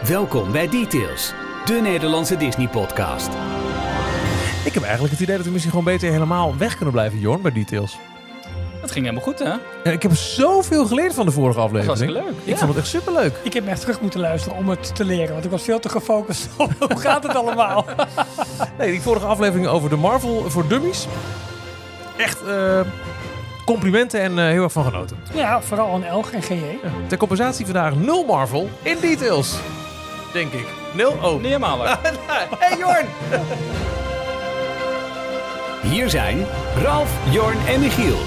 Welkom bij Details, de Nederlandse Disney-podcast. Ik heb eigenlijk het idee dat we misschien gewoon beter helemaal weg kunnen blijven, Jorn, bij Details. Dat ging helemaal goed, hè? En ik heb zoveel geleerd van de vorige aflevering. Dat was leuk. Ik vond het echt superleuk. Ik heb me echt terug moeten luisteren om het te leren, want ik was veel te gefocust op hoe gaat het allemaal. Nee, die vorige aflevering over de Marvel voor Dummies. Echt complimenten en heel erg van genoten. Ja, vooral aan Elg en GJ. Ter compensatie vandaag 0 Marvel in Details. Denk ik. 0 Niet O. helemaal waar. Hey Jorn! Hier zijn Ralf, Jorn en Michiel.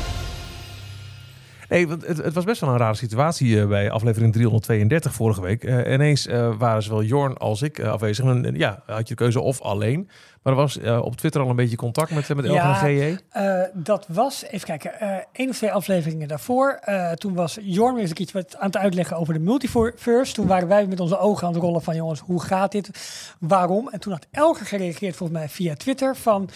Nee, want het was best wel een rare situatie bij aflevering 332 vorige week. Ineens waren zowel Jorn als ik afwezig. En ja, had je de keuze of alleen. Maar er was op Twitter al een beetje contact met Elge en GJ. Dat was, even kijken, 1 of 2 afleveringen daarvoor. Toen was Jorn weer eens een keertje wat aan het uitleggen over de multiverse. Toen waren wij met onze ogen aan het rollen van jongens, hoe gaat dit? Waarom? En toen had Elge gereageerd volgens mij via Twitter van...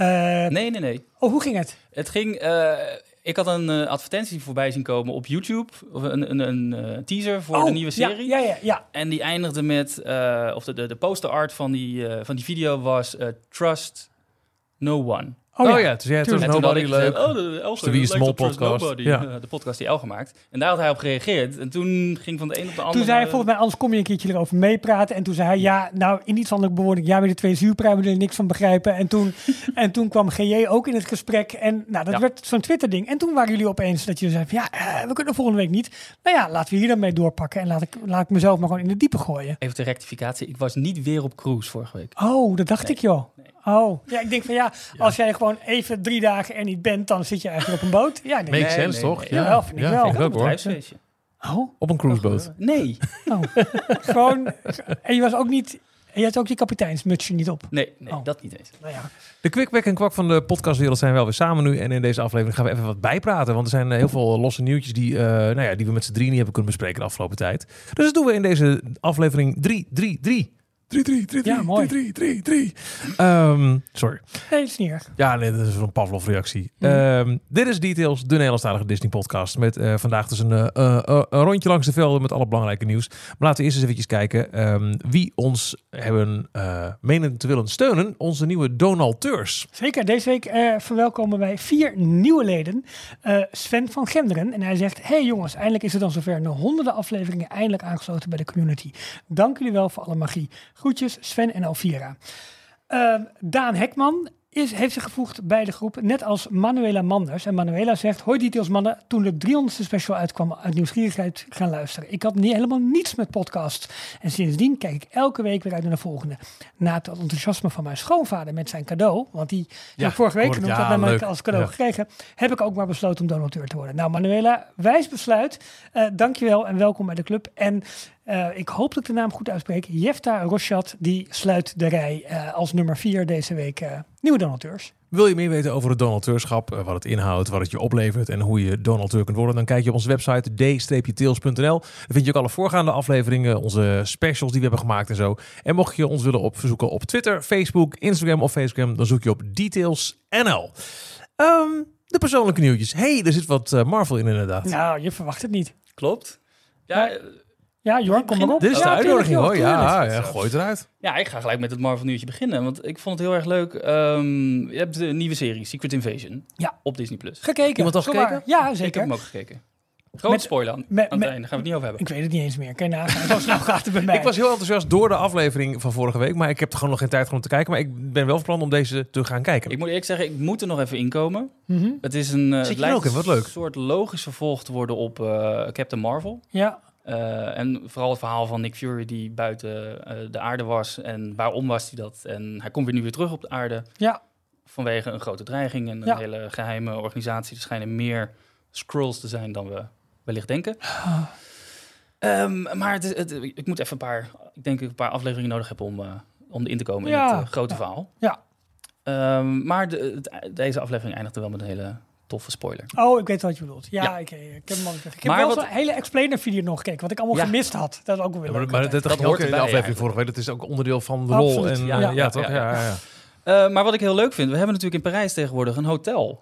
Nee. Oh, hoe ging het? Het ging... ik had een advertentie voorbij zien komen op YouTube. Of een teaser voor de nieuwe serie. Ja. En die eindigde met... of de poster art van die video was... Trust no one. Oh ja, dus jij hebt En toen had Nobody ik leuk. gezegd, de Elge, de Wie is lijkt Mol op Trust podcast. Nobody, Ja. de podcast die Elge maakt. En daar had hij op gereageerd. En toen ging van de een op de andere... Toen zei hij volgens mij, anders kom je een keertje erover meepraten. En toen zei hij, ja, nou, in iets andere bewoording, ja, weer de 2 zuurpruimen er niks van begrijpen. En toen kwam GJ ook in het gesprek. En nou, dat werd zo'n Twitter-ding. En toen waren jullie opeens dat je zei van, ja, we kunnen volgende week niet. Nou ja, laten we hier dan mee doorpakken. En laat ik mezelf maar gewoon in de diepe gooien. Even de rectificatie. Ik was niet weer op cruise vorige week. Oh, dat dacht ik, joh. Nee. Oh, ja, ik denk van als jij gewoon even 3 dagen er niet bent, dan zit je eigenlijk op een boot. Ja, ik denk, Makes sense, toch? nee. Ja, vind ik wel. Vind ik ook, Een hoor. bedrijfsfeestje. Oh, Op een cruiseboot. Nee. gewoon. En je was ook niet. En je had ook je kapiteinsmutsje niet op. Nee, Oh. dat niet eens. Nou ja. De Kwik en Kwak van de podcastwereld zijn wel weer samen nu. En in deze aflevering gaan we even wat bijpraten. Want er zijn heel veel losse nieuwtjes die we met z'n drieën niet hebben kunnen bespreken de afgelopen tijd. Dus dat doen we in deze aflevering 333. 3. Ja, mooi. 3. Sorry. Nee, dat is niet erg. Ja, nee, dat is een Pavlov-reactie. Dit is Details, de Nederlandstalige Disney-podcast. Met vandaag dus een rondje langs de velden met alle belangrijke nieuws. Maar laten we eerst eens eventjes kijken wie ons hebben menen te willen steunen. Onze nieuwe donateurs. Zeker. Deze week verwelkomen wij 4 nieuwe leden. Sven van Genderen. En hij zegt, hey jongens, eindelijk is het dan zover. Na honderden afleveringen eindelijk aangesloten bij de community. Dank jullie wel voor alle magie. Groetjes, Sven en Elvira. Daan Hekman heeft zich gevoegd bij de groep, net als Manuela Manders. En Manuela zegt, hoi Details mannen, toen de 300ste special uitkwam uit nieuwsgierigheid gaan luisteren. Ik had helemaal niets met podcasts. En sindsdien kijk ik elke week weer uit naar de volgende. Na het enthousiasme van mijn schoonvader met zijn cadeau, want die heb ik vorige week genoemd, had mij leuk. als cadeau gekregen, heb ik ook maar besloten om donateur te worden. Nou Manuela, wijs besluit. Dankjewel en welkom bij de club. En ik hoop dat ik de naam goed uitspreek. Jefta Rochat, die sluit de rij als nummer 4 deze week. Nieuwe donateurs. Wil je meer weten over het donateurschap, wat het inhoudt, wat het je oplevert en hoe je donateur kunt worden, dan kijk je op onze website d-tails.nl. Daar vind je ook alle voorgaande afleveringen, onze specials die we hebben gemaakt en zo. En mocht je ons willen verzoeken op Twitter, Facebook, Instagram of Facecam, dan zoek je op DetailsNL. De persoonlijke nieuwtjes. Hey, er zit wat Marvel in inderdaad. Nou, je verwacht het niet. Klopt. Ja, Ja, Jorn, kom maar op. Dit is de Ja, uitnodiging tuurlijk, hoor. joh, Ja, tuurlijk. gooi het eruit. ja, ik ga gelijk met het Marvel nieuwtje beginnen. Want ik vond het heel erg leuk. Je hebt de nieuwe serie, Secret Invasion. Ja. Op Disney+. Gekeken. Iemand al Zomaar. gekeken? Ja, Ik heb zeker. hem ook gekeken. Grote spoiler aan het einde. Daar gaan we het niet over hebben. Ik weet het niet eens meer. Kan je nagaan. Zo snel gaat het bij mij. Ik was heel enthousiast door de aflevering van vorige week, maar ik heb er gewoon nog geen tijd om te kijken. Maar ik ben wel van plan om deze te gaan kijken. Ik moet eerlijk zeggen, ik moet er nog even inkomen. Mhm. Het is een Zit je er ook in? Wat leuk. een soort logisch vervolg te worden op Captain Marvel. Ja. En vooral het verhaal van Nick Fury die buiten de aarde was. En waarom was hij dat? En hij komt weer nu weer terug op de aarde. Ja. Vanwege een grote dreiging en een hele geheime organisatie. Er schijnen meer Skrulls te zijn dan we wellicht denken. Maar ik moet even een paar afleveringen nodig hebben om erin te komen in het grote verhaal. Ja. Maar deze aflevering eindigde wel met een hele toffe spoiler. Oh, ik weet wat je bedoelt. Ja, Ja. ik heb hem al gekeken. Ik heb Maar wel wat- zo'n hele explainer video nog gekeken, wat ik allemaal gemist had. Dat is ook wel weer leuk. Maar altijd. dat hoort hoort in de erbij aflevering eigenlijk. vorige week. Dat is ook onderdeel van de Absoluut. rol. En, Ja. ja, toch? Ja. Ja. Maar wat ik heel leuk vind, we hebben natuurlijk in Parijs tegenwoordig een hotel.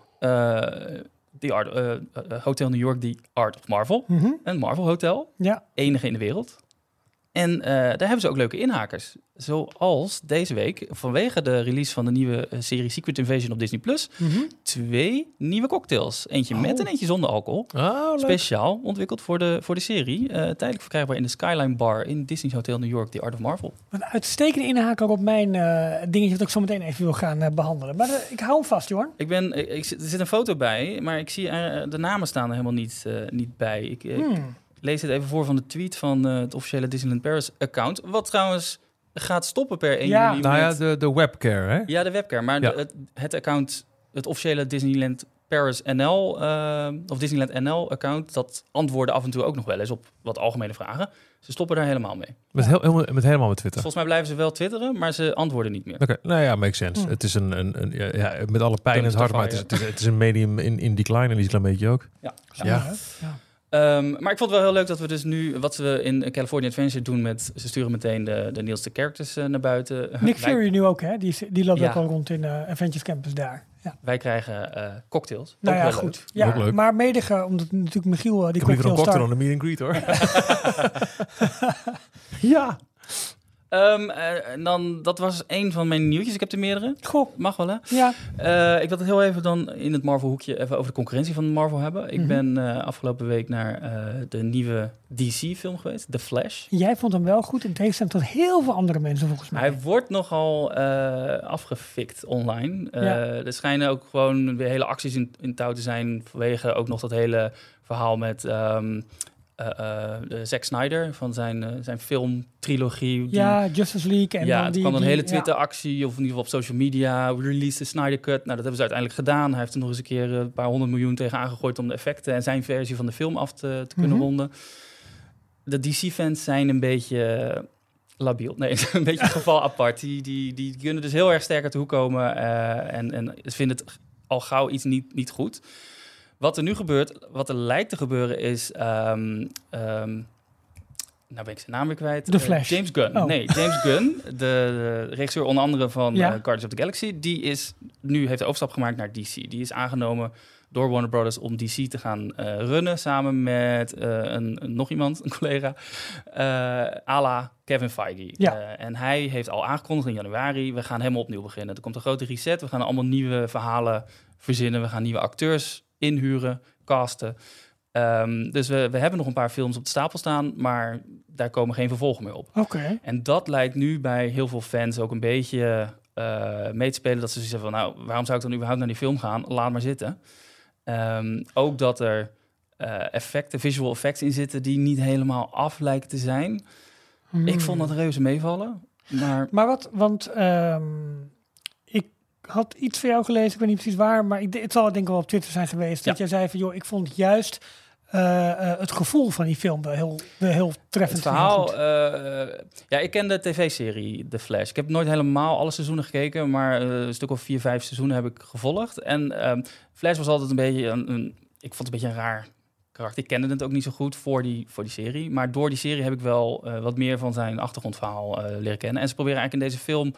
Hotel New York, The Art of Marvel. Mhm. Een Marvel hotel. Ja. Enige in de wereld. En daar hebben ze ook leuke inhakers. Zoals deze week, vanwege de release van de nieuwe serie Secret Invasion op Disney+, 2 nieuwe cocktails. Eentje met en eentje zonder alcohol. Oh, leuk. Speciaal ontwikkeld voor de serie. Tijdelijk verkrijgbaar in de Skyline Bar in Disney's Hotel New York, The Art of Marvel. Een uitstekende inhaker op mijn dingetje dat ik zo meteen even wil gaan behandelen. Maar ik hou hem vast, Jorn. Er zit een foto bij, maar ik zie de namen staan er helemaal niet bij. Ik lees het even voor van de tweet van het officiële Disneyland Paris account. Wat trouwens gaat stoppen per 1 juli. Nou ja, de webcare, hè? Ja, de webcare. Maar het account, het officiële Disneyland Paris NL of Disneyland NL account, dat antwoorden af en toe ook nog wel eens op wat algemene vragen. Ze stoppen daar helemaal mee. Helemaal met Twitter. Volgens mij blijven ze wel twitteren, maar ze antwoorden niet meer. Oké, nou ja, makes sense. Het is met alle pijn in het hart, maar het is een medium in decline en die is een beetje ook. Ja. Maar ik vond het wel heel leuk dat we dus nu, wat we in California Adventure doen met, ze sturen meteen de nieuwste characters naar buiten. Nick Fury nu ook, hè? Die loopt ook al rond in Adventures Campus daar. Ja. Wij krijgen cocktails. Nou ook ja, heel goed. leuk. Ja, leuk. maar mede omdat natuurlijk Michiel die ik heb liever een cocktail cocktail dan een meet and greet, hoor. Ja. En dan, dat was een van mijn nieuwtjes. Ik heb er meerdere. Goh. Mag wel, hè? Ja. Ik wil het heel even dan in het Marvel-hoekje even over de concurrentie van Marvel hebben. Ik ben afgelopen week naar de nieuwe DC-film geweest, The Flash. Jij vond hem wel goed in tegenstelling tot heel veel andere mensen, volgens mij. Hij wordt nogal afgefikt online. Er schijnen ook gewoon weer hele acties in touw te zijn vanwege ook nog dat hele verhaal met Zack Snyder van zijn filmtrilogie. Ja, Justice League. En ja, dan het kwam een hele Twitter-actie, of in ieder geval op social media. Release the Snyder Cut. Nou, dat hebben ze uiteindelijk gedaan. Hij heeft er nog eens een keer een paar 100 miljoen tegen aangegooid om de effecten en zijn versie van de film af te kunnen ronden. De DC-fans zijn een beetje labiel. Nee, een beetje het geval apart. Die kunnen dus heel erg sterk uit de hoek komen en vinden het al gauw iets niet goed. Wat er nu gebeurt, wat er lijkt te gebeuren is... nou ben ik zijn naam weer kwijt. The Flash. James Gunn. Oh. Nee, James Gunn, de regisseur onder andere van Guardians of the Galaxy, heeft de overstap gemaakt naar DC. Die is aangenomen door Warner Brothers om DC te gaan runnen, samen met nog iemand, een collega, à la Kevin Feige. Ja. En hij heeft al aangekondigd in januari, we gaan helemaal opnieuw beginnen. Er komt een grote reset, we gaan allemaal nieuwe verhalen verzinnen, we gaan nieuwe acteurs inhuren, casten. Dus we hebben nog een paar films op de stapel staan, maar daar komen geen vervolgen meer op. Oké. En dat lijkt nu bij heel veel fans ook een beetje mee te spelen, dat ze zeggen van, nou, waarom zou ik dan überhaupt naar die film gaan? Laat maar zitten. Ook dat er visual effects in zitten die niet helemaal af lijken te zijn. Ik vond dat reuze meevallen. Maar wat, want ik had iets van jou gelezen, ik weet niet precies waar, maar het zal denk ik wel op Twitter zijn geweest, dat jij zei van, joh, ik vond juist het gevoel van die film wel heel treffend. Het verhaal, ik ken de tv-serie The Flash. Ik heb nooit helemaal alle seizoenen gekeken, maar een stuk of 4-5 seizoenen heb ik gevolgd. En Flash was altijd een beetje ik vond het een beetje een raar karakter. Ik kende het ook niet zo goed voor die serie. Maar door die serie heb ik wel wat meer van zijn achtergrondverhaal leren kennen. En ze proberen eigenlijk in deze film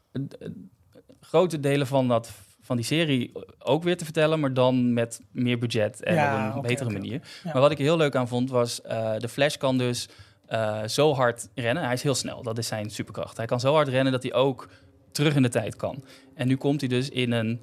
grote delen van die serie ook weer te vertellen, maar dan met meer budget en op een betere manier. Ja. Maar wat ik er heel leuk aan vond, was de Flash kan dus zo hard rennen. Hij is heel snel, dat is zijn superkracht. Hij kan zo hard rennen dat hij ook terug in de tijd kan. En nu komt hij dus in een...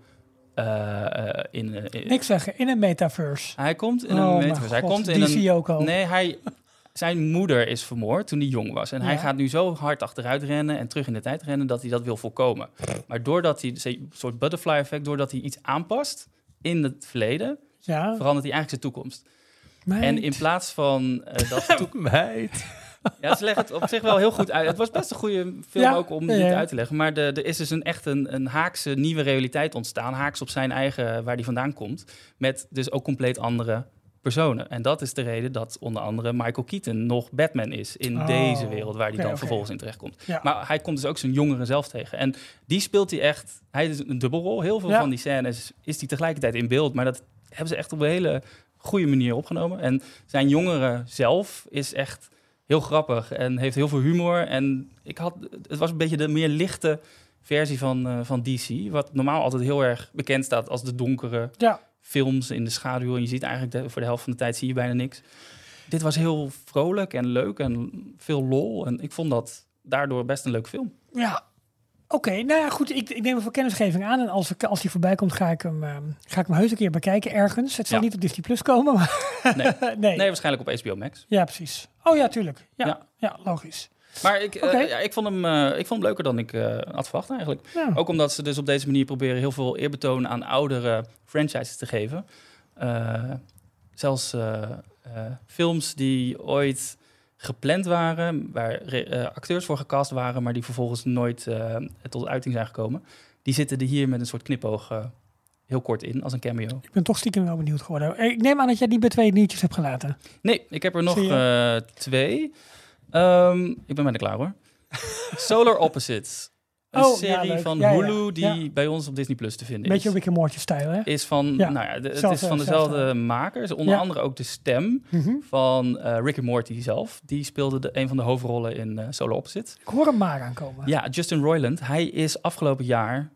Niks zeggen, in een metaverse. Hij komt in een metaverse. Hij komt in DC ook al. Nee, zijn moeder is vermoord toen hij jong was. En hij gaat nu zo hard achteruit rennen en terug in de tijd rennen dat hij dat wil voorkomen. Maar doordat hij, een soort butterfly effect, doordat hij iets aanpast in het verleden, verandert hij eigenlijk zijn toekomst. Meid. En in plaats van dat... Ja, ze leggen het op zich wel heel goed uit. Het was best een goede film ook om dit uit te leggen. Maar er is dus echt een haakse nieuwe realiteit ontstaan. Haaks op zijn eigen, waar die vandaan komt. Met dus ook compleet andere personen. En dat is de reden dat onder andere Michael Keaton nog Batman is in deze wereld waar hij dan vervolgens in terechtkomt. Ja. Maar hij komt dus ook zijn jongeren zelf tegen. En die speelt hij echt... Hij is een dubbelrol. Heel veel van die scènes is hij tegelijkertijd in beeld. Maar dat hebben ze echt op een hele goede manier opgenomen. En zijn jongere zelf is echt heel grappig en heeft heel veel humor. En het was een beetje de meer lichte versie van DC. Wat normaal altijd heel erg bekend staat als de donkere films in de schaduw. En je ziet eigenlijk voor de helft van de tijd zie je bijna niks. dit was heel vrolijk en leuk en veel lol. En ik vond dat daardoor best een leuke film. Ja, oké. Nou ja, goed. Ik neem hem voor kennisgeving aan. En als die voorbij komt, ga ik hem heus een keer bekijken ergens. Het zal niet op Disney Plus komen, maar... Nee, waarschijnlijk op HBO Max. Ja, precies. Oh ja, tuurlijk. Ja, logisch. Maar ik vond hem leuker dan ik had verwacht eigenlijk. Ja. Ook omdat ze dus op deze manier proberen heel veel eerbetoon aan oudere franchises te geven. Zelfs films die ooit gepland waren, waar acteurs voor gecast waren, maar die vervolgens nooit tot uiting zijn gekomen. Die zitten er hier met een soort knipoog heel kort in, als een cameo. Ik ben toch stiekem wel benieuwd geworden. Ik neem aan dat jij niet bij 2 nieuwtjes hebt gelaten. Nee, ik heb er nog 2. Ik ben bijna klaar hoor. Solar Opposites. Een serie van Hulu die bij ons op Disney Plus te vinden is. Beetje Rick and Morty-stijl, hè? Is van, het is van dezelfde makers. Onder andere ook de stem van Rick and Morty zelf. Die speelde een van de hoofdrollen in Solar Opposites. Ik hoor hem maar aankomen. Ja, Justin Roiland. Hij is afgelopen jaar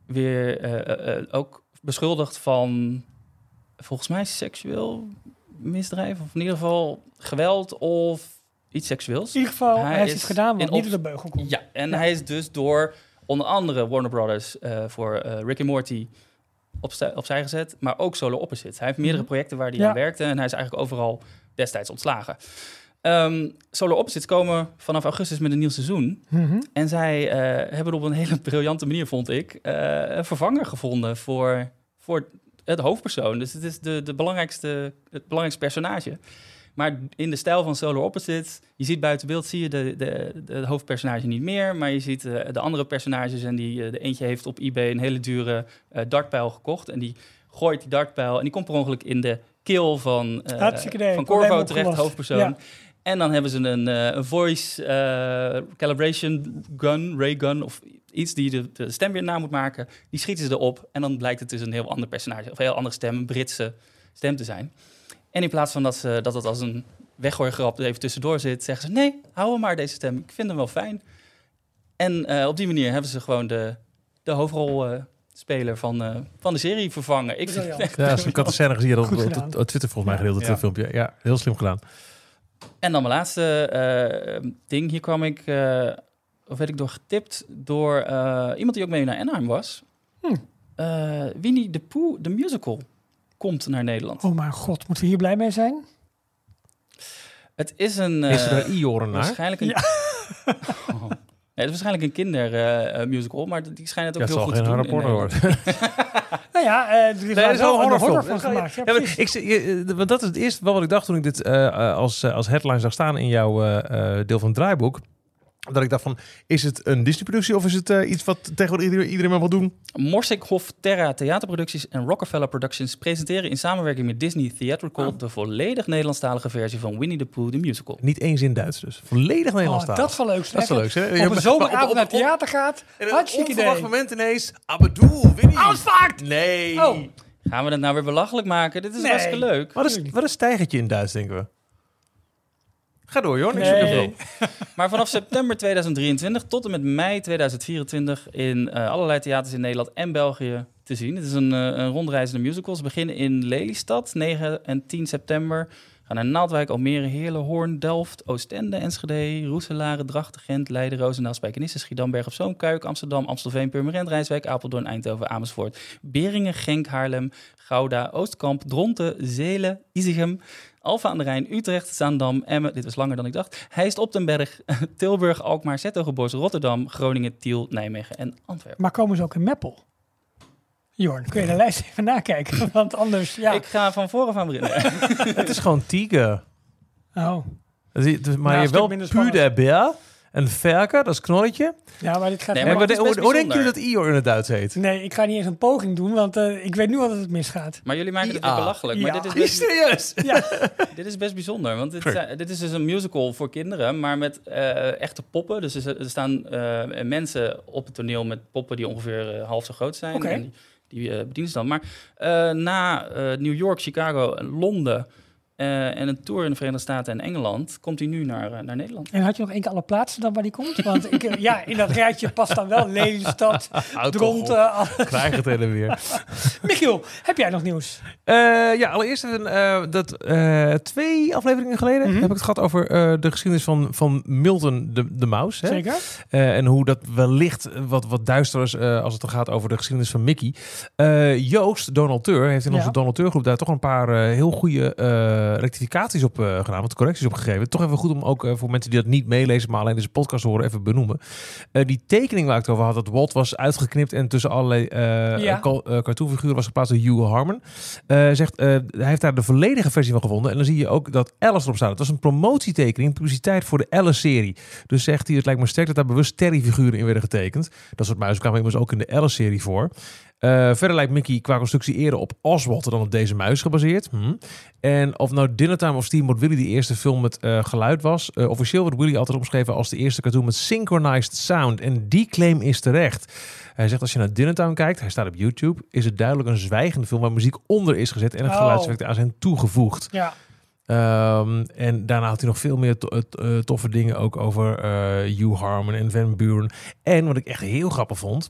weer ook beschuldigd van, volgens mij, seksueel misdrijf. Of in ieder geval geweld of iets seksueels. In ieder geval, hij heeft iets gedaan wat niet door de beugel komt. Ja, en hij is dus door onder andere Warner Brothers voor Rick and Morty opzij gezet, maar ook Solar Opposites. Hij heeft meerdere projecten waar hij aan werkte en hij is eigenlijk overal destijds ontslagen. Solar Opposites komen vanaf augustus met een nieuw seizoen. En zij hebben op een hele briljante manier, vond ik, een vervanger gevonden voor het hoofdpersoon. Dus het is het belangrijkste personage. Maar in de stijl van Solar Opposites, je ziet buiten beeld, zie je de hoofdpersonage niet meer. Maar je ziet de andere personages en de eentje heeft op eBay een hele dure dartpijl gekocht. En die gooit die dartpijl en die komt per ongeluk in de keel van Corvo terecht, hoofdpersoon. Ja. En dan hebben ze een voice calibration gun, ray gun of iets die de stem weer na moet maken. Die schieten ze erop en dan blijkt het dus een heel ander personage, of een heel andere stem, een Britse stem te zijn. En in plaats van dat het als een weggooigrap er even tussendoor zit, zeggen ze, nee, hou hem maar deze stem. Ik vind hem wel fijn. En op die manier hebben ze gewoon de hoofdrolspeler van de serie vervangen. Ik had de scène gezien op Twitter volgens mij gedeeld, het filmpje. Ja, heel slim gedaan. En dan mijn laatste ding. Hier kwam ik, of werd ik door getipt door iemand die ook mee naar Anaheim was. Winnie the Pooh, de musical, komt naar Nederland. Oh mijn god, moeten we hier blij mee zijn? Het is een... is er een i-oren naar? Waarschijnlijk een... Nee, het is waarschijnlijk een kindermusical, maar die schijnt het ook heel goed te doen. Nou ja, er is wel een horror van gemaakt. Want dat is het eerste wat ik dacht toen ik dit als headline zag staan in jouw deel van het draaiboek. Dat ik dacht van, is het een Disney-productie of is het iets wat tegenwoordig iedereen maar wil doen? Morsikhoff Terra Theaterproducties en Rockefeller Productions presenteren in samenwerking met Disney Theatrical de volledig Nederlandstalige versie van Winnie the Pooh, the musical. Niet eens in Duits dus. Volledig Nederlandstalig. Dat zal leuk zijn. Dat zal leuk zijn. Op een zomeravond naar theater gaat. Hartstikke idee. Op een moment ineens, Abedoel, Winnie. Uitvaart! Nee. Oh. Gaan we het nou weer belachelijk maken? Dit is hartstikke leuk. Wat een stijgertje in Duits, denken we. Ga door, joh. Nee. Maar vanaf september 2023 tot en met mei 2024 in allerlei theaters in Nederland en België te zien. Het is een rondreizende musical. Ze beginnen in Lelystad, 9 en 10 september. Gaan naar Naaldwijk, Almere, Heerlen, Hoorn, Delft, Oostende, Enschede, Roeselare, Drachten, Gent, Leiden, Roosendaal, Spijkenisse, Schiedam, Berg op Zoom, Kuik, Amsterdam, Amstelveen, Purmerend, Rijswijk, Apeldoorn, Eindhoven, Amersfoort, Beringen, Genk, Haarlem, Gouda, Oostkamp, Dronten, Zeelen, Izegem, Alphen aan de Rijn, Utrecht, Zaandam, Emmen, dit was langer dan ik dacht, Heist op den Berg, Tilburg, Alkmaar, 's-Hertogenbosch, Rotterdam, Groningen, Tiel, Nijmegen en Antwerpen. Maar komen ze ook in Meppel? Jorn, kun je de lijst even nakijken? Want anders, ja. Ik ga van voren aan beginnen. Het is gewoon Tiger. Oh. Maar je hebt wel Puur de Beer en Verker, dat is Knolletje. Ja, maar dit gaat... Hoe denk je dat Ior in het Duits heet? Nee, ik ga niet eens een poging doen, want ik weet nu al dat het misgaat. Maar jullie maken het weer belachelijk. Ja. Maar dit is best, serieus? Ja. Dit is best bijzonder, want dit is dus een musical voor kinderen, maar met echte poppen. Dus er staan mensen op het toneel met poppen die ongeveer half zo groot zijn. Okay. En die bedienen ze dan. Maar na New York, Chicago en Londen En een tour in de Verenigde Staten en Engeland komt hij nu naar Nederland. En had je nog één keer alle plaatsen dan waar die komt? Want in dat rijtje past dan wel Lelystad, Dronten. Krijg het heen en weer. Michiel, heb jij nog nieuws? Allereerst 2 afleveringen geleden heb ik het gehad over de geschiedenis van Milton de Mouse. Hè? Zeker. En hoe dat wellicht wat duister is als het gaat over de geschiedenis van Mickey. Joost, donateur, heeft in onze donateurgroep daar toch een paar heel goede rectificaties op gedaan, wat correcties op gegeven. Toch even goed om ook voor mensen die dat niet meelezen, maar alleen deze podcast horen, even benoemen. Die tekening waar ik het over had, dat Walt was uitgeknipt en tussen allerlei cartoonfiguren was geplaatst door Hugh Harman. Zegt, hij heeft daar de volledige versie van gevonden. En dan zie je ook dat Alice erop staat. Het was een promotietekening, publiciteit voor de Alice-serie. Dus zegt hij, het lijkt me sterk dat daar bewust Terry-figuren in werden getekend. Dat soort muizen kwamen immers ook in de Alice-serie voor. Verder lijkt Mickey qua constructie eerder op Oswald dan op deze muis gebaseerd. En of nou Dinnertime of Steamboat Willie die eerste film met geluid was. Officieel wordt Willie altijd omschreven als de eerste cartoon met synchronized sound. En die claim is terecht. Hij zegt, als je naar Dinnertime kijkt, hij staat op YouTube, is het duidelijk een zwijgende film waar muziek onder is gezet en het geluidseffecten aan zijn toegevoegd. Ja. En daarna had hij nog veel meer toffe dingen ook over Hugh Harman en Van Buren. En wat ik echt heel grappig vond,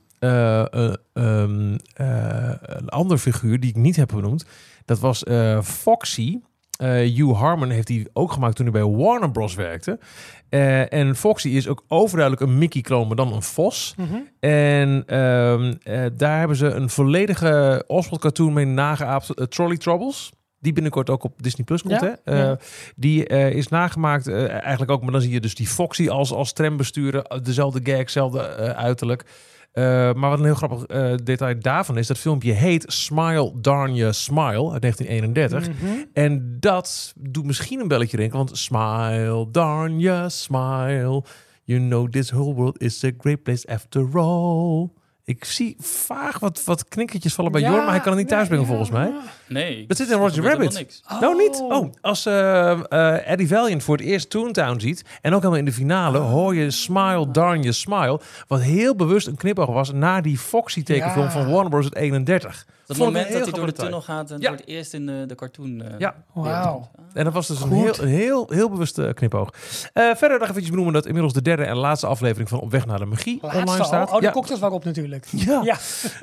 een andere figuur die ik niet heb genoemd, dat was Foxy. Hugh Harman heeft hij ook gemaakt toen hij bij Warner Bros. Werkte. En Foxy is ook overduidelijk een Mickey-kloon, maar dan een vos. En daar hebben ze een volledige Oswald-cartoon mee nageaapt. Trolley Troubles. Die binnenkort ook op Disney Plus komt. Die is nagemaakt eigenlijk ook. Maar dan zie je dus die Foxy als trambestuurder. Dezelfde gag, hetzelfde uiterlijk. Maar wat een heel grappig detail daarvan is, dat filmpje heet Smile Darn Ya Smile uit 1931. En dat doet misschien een belletje denken, want Smile Darn Ya Smile, you know this whole world is a great place after all. Ik zie vaag wat knikkertjes vallen bij Jorn, maar hij kan het niet thuisbrengen volgens mij. Nee. Dat zit in Roger Rabbit. Nou niet? Als Eddie Valiant voor het eerst Toontown ziet en ook helemaal in de finale hoor je Smile Darn Ya Smile, wat heel bewust een knipoog was naar die Foxy tekenfilm van Warner Bros. 31. Dat moment dat hij door de tunnel gaat en wordt eerst in de cartoon. Wauw. En dat was dus een heel bewuste knipoog. Verder nog eventjes benoemen dat inmiddels de derde en laatste aflevering van Op weg naar de magie online staat. De cocktails waarop natuurlijk. Ja.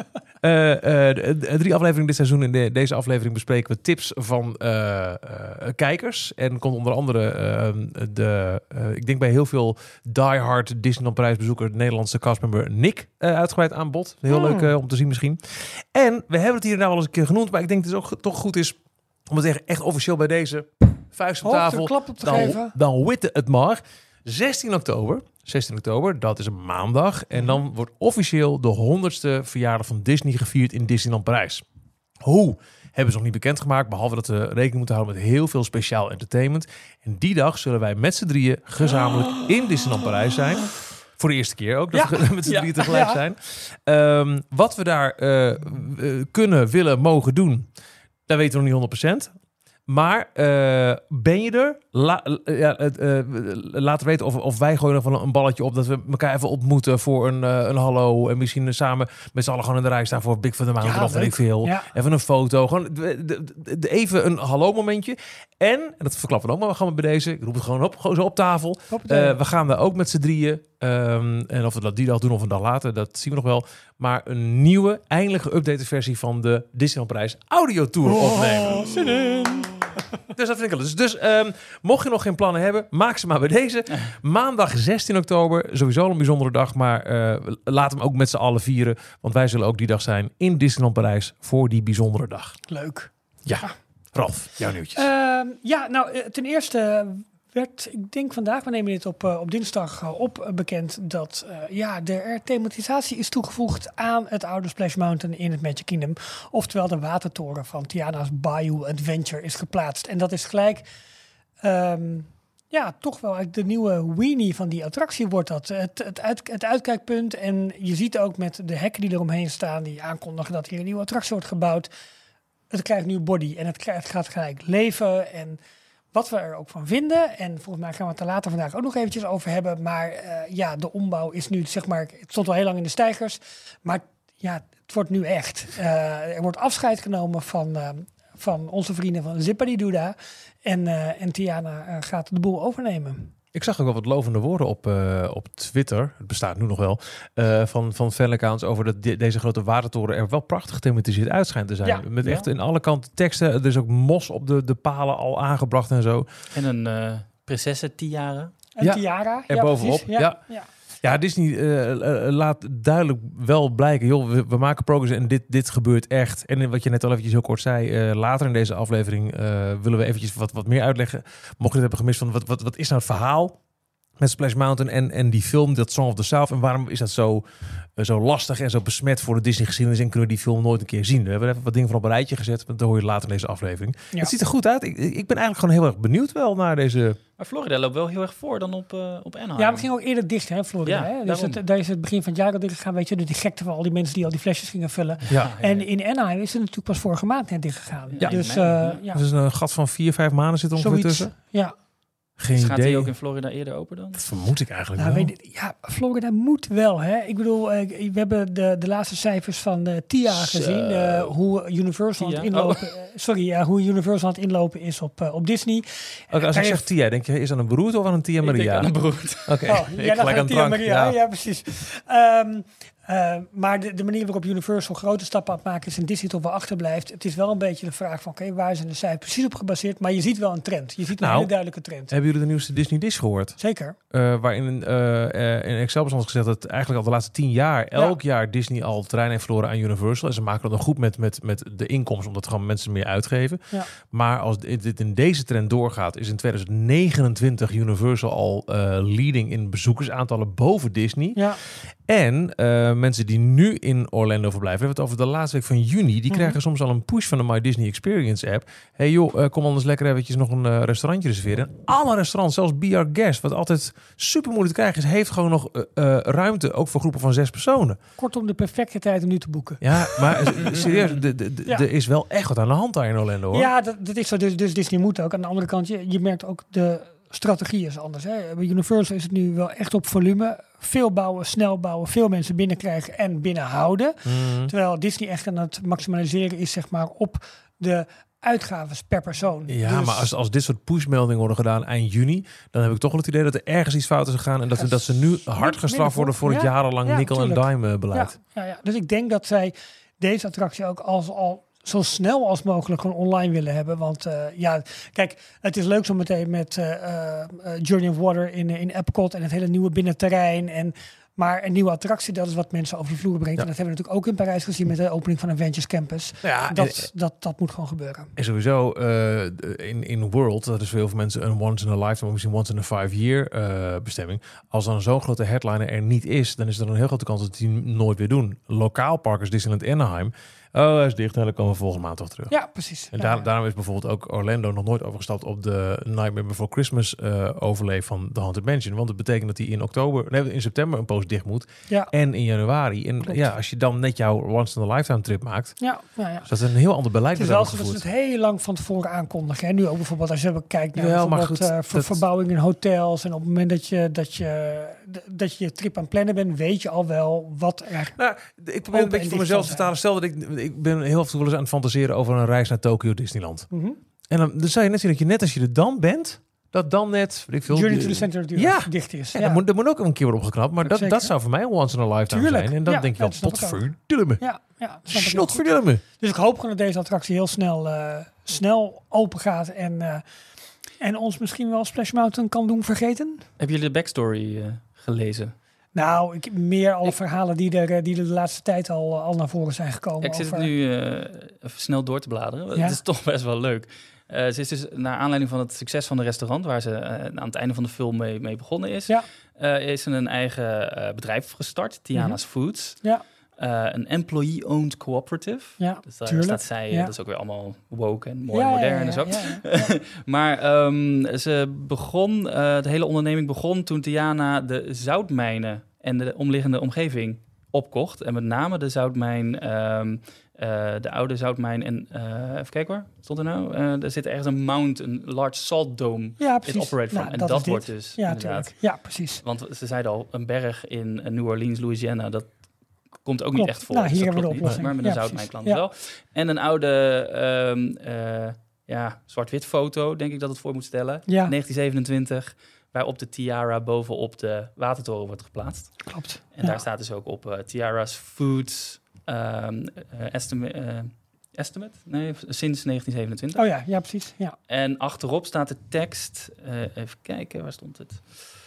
3 afleveringen dit seizoen. In deze aflevering bespreken we tips van kijkers. En komt onder andere ik denk bij heel veel diehard Disneyland Parijsbezoeker de Nederlandse castmember Nick uitgebreid aan bod. Heel leuk om te zien misschien. En we hebben het hier nou al eens een keer genoemd, maar ik denk dat het ook toch goed is om het echt officieel bij deze vuist op tafel klap op te geven. Dan witte het maar. 16 oktober, dat is een maandag. En dan wordt officieel de 100ste verjaardag van Disney gevierd in Disneyland Parijs. Hoe? Hebben ze nog niet bekendgemaakt, behalve dat we rekening moeten houden met heel veel speciaal entertainment. En die dag zullen wij met z'n drieën gezamenlijk in Disneyland Parijs zijn. Voor de eerste keer ook, dat we met z'n drieën tegelijk zijn. Wat we daar kunnen, willen, mogen doen, dat weten we nog niet 100%. Maar ben je er? Laat weten of wij gooien nog wel een balletje op, dat we elkaar even ontmoeten voor een hallo. En misschien samen met z'n allen gewoon in de rij staan voor Big for the Mountain of weet ik veel. Ja. Even een foto. Gewoon even een hallo momentje. En dat verklappen we ook, maar we gaan bij deze. Ik roep het gewoon op, gewoon zo op tafel. We gaan daar ook met z'n drieën. En of we dat die dag doen of een dag later, dat zien we nog wel. Maar een nieuwe, eindelijk geüpdate versie van de Disneyland Parijs Audio Tour opnemen. Zin in! Dus dat vind ik wel. Dus mocht je nog geen plannen hebben, maak ze maar bij deze. Maandag 16 oktober, sowieso een bijzondere dag. Maar laat hem ook met z'n allen vieren. Want wij zullen ook die dag zijn in Disneyland Parijs voor die bijzondere dag. Leuk. Ja. Ralf, jouw nieuwtjes. Ten eerste werd, ik denk vandaag, we nemen dit op dinsdag op, bekend dat de thematisatie is toegevoegd aan het oude Splash Mountain in het Magic Kingdom. Oftewel de watertoren van Tiana's Bayou Adventure is geplaatst. En dat is gelijk, toch wel de nieuwe weenie van die attractie wordt dat. Het uitkijkpunt. En je ziet ook met de hekken die eromheen staan, die aankondigen dat hier een nieuwe attractie wordt gebouwd. Het krijgt nu body en het gaat gelijk leven. En wat we er ook van vinden, en volgens mij gaan we het er later vandaag ook nog eventjes over hebben. Maar de ombouw is nu, zeg maar, het stond al heel lang in de steigers. Maar het wordt nu echt. Er wordt afscheid genomen van onze vrienden van Zippadidoeda. En Tiana gaat de boel overnemen. Ik zag ook wel wat lovende woorden op Twitter. Het bestaat nu nog wel. Van fanaccounts over dat deze grote watertoren er wel prachtig thematiseerd uit schijnt te zijn. Ja. Met echt in alle kanten teksten. Er is ook mos op de palen al aangebracht en zo. En een prinsessentiara. En tiara. Er bovenop. Precies. Ja, Disney laat duidelijk wel blijken, joh, we maken progress en dit gebeurt echt. En wat je net al eventjes heel kort zei, later in deze aflevering willen we eventjes wat meer uitleggen. Mocht je het hebben gemist van wat is nou het verhaal met Splash Mountain en die film, dat Song of the South. En waarom is dat zo lastig en zo besmet voor de Disney-geschiedenis en kunnen we die film nooit een keer zien? We hebben even wat dingen van op een rijtje gezet, want dat hoor je later in deze aflevering. Ja. Het ziet er goed uit. Ik ben eigenlijk gewoon heel erg benieuwd wel naar deze... Maar Florida loopt wel heel erg voor dan op Anaheim. Ja, we gingen ook eerder dicht, hè, Florida. Ja, hè? Dus daar is het begin van het jaar al dicht gegaan, weet je, die gekte van al die mensen die al die flesjes gingen vullen. Ja. En in Anaheim is het natuurlijk pas vorige maand net dicht gegaan. Ja, Dus Dus een gat van 4-5 maanden zit er ongeveer tussen. Ja. Geen dus idee. gaat hij ook in Florida eerder open dan? Dat vermoed ik eigenlijk Nou, wel. Florida moet wel. Hè? Ik bedoel, we hebben de laatste cijfers van TIA gezien. Hoe Universal aan het inlopen, hoe Universal aan het inlopen is op Disney. Oké, als ik zeg Tia, denk je, is dat een beroerte of aan een Tia Maria? Ik denk aan een beroerte. Oké, jij dacht aan Tia Maria. Ja, precies. Maar de manier waarop Universal grote stappen aan het maken is en Disney toch wel achterblijft, het is wel een beetje de vraag van oké, waar zijn de cijfers precies op gebaseerd? Maar je ziet wel een trend. Je ziet een hele duidelijke trend. Hebben jullie de nieuwste Disney Dish gehoord? Zeker. Waarin in Excel-bestand is gezegd dat eigenlijk al de laatste 10 jaar, elk jaar Disney al terrein heeft verloren aan Universal. En ze maken dat nog goed met de inkomsten, omdat gewoon mensen meer uitgeven. Ja. Maar als dit in deze trend doorgaat, is in 2029 Universal al leading in bezoekersaantallen boven Disney. Ja. En mensen die nu in Orlando verblijven, we hebben het over de laatste week van juni, die krijgen soms al een push van de My Disney Experience app. Hey joh, kom anders lekker eventjes nog een restaurantje reserveren. En alle restaurants, zelfs Be Our Guest, wat altijd super moeilijk te krijgen is, heeft gewoon nog ruimte, ook voor groepen van 6 personen. Kortom, de perfecte tijd om nu te boeken. Ja, maar serieus, er is wel echt wat aan de hand daar in Orlando, hoor. Ja, dat is zo. Dus Disney moet ook. Aan de andere kant, je merkt ook de strategie is anders. Hè. Bij Universal is het nu wel echt op volume. Veel bouwen, snel bouwen, veel mensen binnenkrijgen en binnenhouden. Terwijl Disney echt aan het maximaliseren is, zeg maar, op de uitgaven per persoon. Ja, dus, maar als dit soort pushmeldingen worden gedaan eind juni, dan heb ik toch wel het idee dat er ergens iets fout is gegaan en dat ze nu hard gestraft worden voor het jarenlang nickel en dime beleid. Ja. Dus ik denk dat zij deze attractie ook al zo snel als mogelijk gewoon online willen hebben. Want kijk, het is leuk zo meteen met Journey of Water in Epcot en het hele nieuwe binnenterrein. Maar een nieuwe attractie, dat is wat mensen over de vloer brengt. Ja. En dat hebben we natuurlijk ook in Parijs gezien met de opening van Avengers Campus. Ja, dat moet gewoon gebeuren. En sowieso in World, dat is voor heel veel mensen een once in a lifetime, misschien once in a 5 year bestemming. Als dan zo'n grote headliner er niet is, dan is er een heel grote kans dat die nooit weer doen. Lokaal park is Disneyland Anaheim. Oh, hij is dicht. Dan komen we volgende maand toch terug. Ja, precies. En daarom is bijvoorbeeld ook Orlando nog nooit overgestapt op de Nightmare Before Christmas overleef van The Haunted Mansion. Want dat betekent dat hij in september een poos dicht moet. Ja. En in januari. En klopt. Ja, als je dan net jouw once in a lifetime trip maakt. Ja. Dus dat is een heel ander beleid. Het is wel zo dat ze het heel lang van tevoren aankondigen. En nu ook bijvoorbeeld als je kijkt naar verbouwing in hotels. En op het moment dat je trip aan het plannen bent, weet je al wel wat er... Nou, ik probeer een beetje voor mezelf te vertalen. Stel dat ik ben heel af en toe wel eens aan het fantaseren over een reis naar Tokyo Disneyland. En dan zou je net zien dat je net als je er dan bent, dat dan net... Journey to the Center dicht is. Ja. Dat moet ook een keer worden opgeknapt. Maar dat zou voor mij een once in a lifetime zijn. En dan denk je wel, potverdille me. Ja, Snotverdille me. Dus ik hoop gewoon dat deze attractie heel snel open gaat. En ons misschien wel Splash Mountain kan doen vergeten. Hebben jullie de backstory gelezen? Nou, meer alle verhalen die er de laatste tijd al naar voren zijn gekomen. Ik zit het nu even snel door te bladeren. Ja? Het is toch best wel leuk. Ze is dus naar aanleiding van het succes van de restaurant, waar ze aan het einde van de film mee begonnen is, is ze een eigen bedrijf gestart, Tiana's Foods. Ja. Een employee-owned cooperative. Ja, dus daar staat zij, dat is ook weer allemaal woke en mooi modern en zo. Ja. Maar de hele onderneming begon toen Tiana de zoutmijnen en de omliggende omgeving opkocht. En met name de zoutmijn, de oude zoutmijn en even kijken hoor, stond er nou? Er zit ergens een large salt dome in operate van. En dat wordt dus inderdaad. Ja, precies. Want ze zeiden al, een berg in New Orleans, Louisiana, dat komt ook niet echt voor. Nou, dus hier dat hebben we de klopt niet. oplossing. Maar dan Ja, zou het mijn precies. klant wel. En een oude zwart-wit foto, denk ik dat het voor moet stellen. Ja. 1927, waarop de tiara bovenop de watertoren wordt geplaatst. Klopt. En daar staat dus ook op Tiara's Foods Estimate? Nee, sinds 1927. Oh ja, precies. Ja. En achterop staat de tekst, even kijken, waar stond het?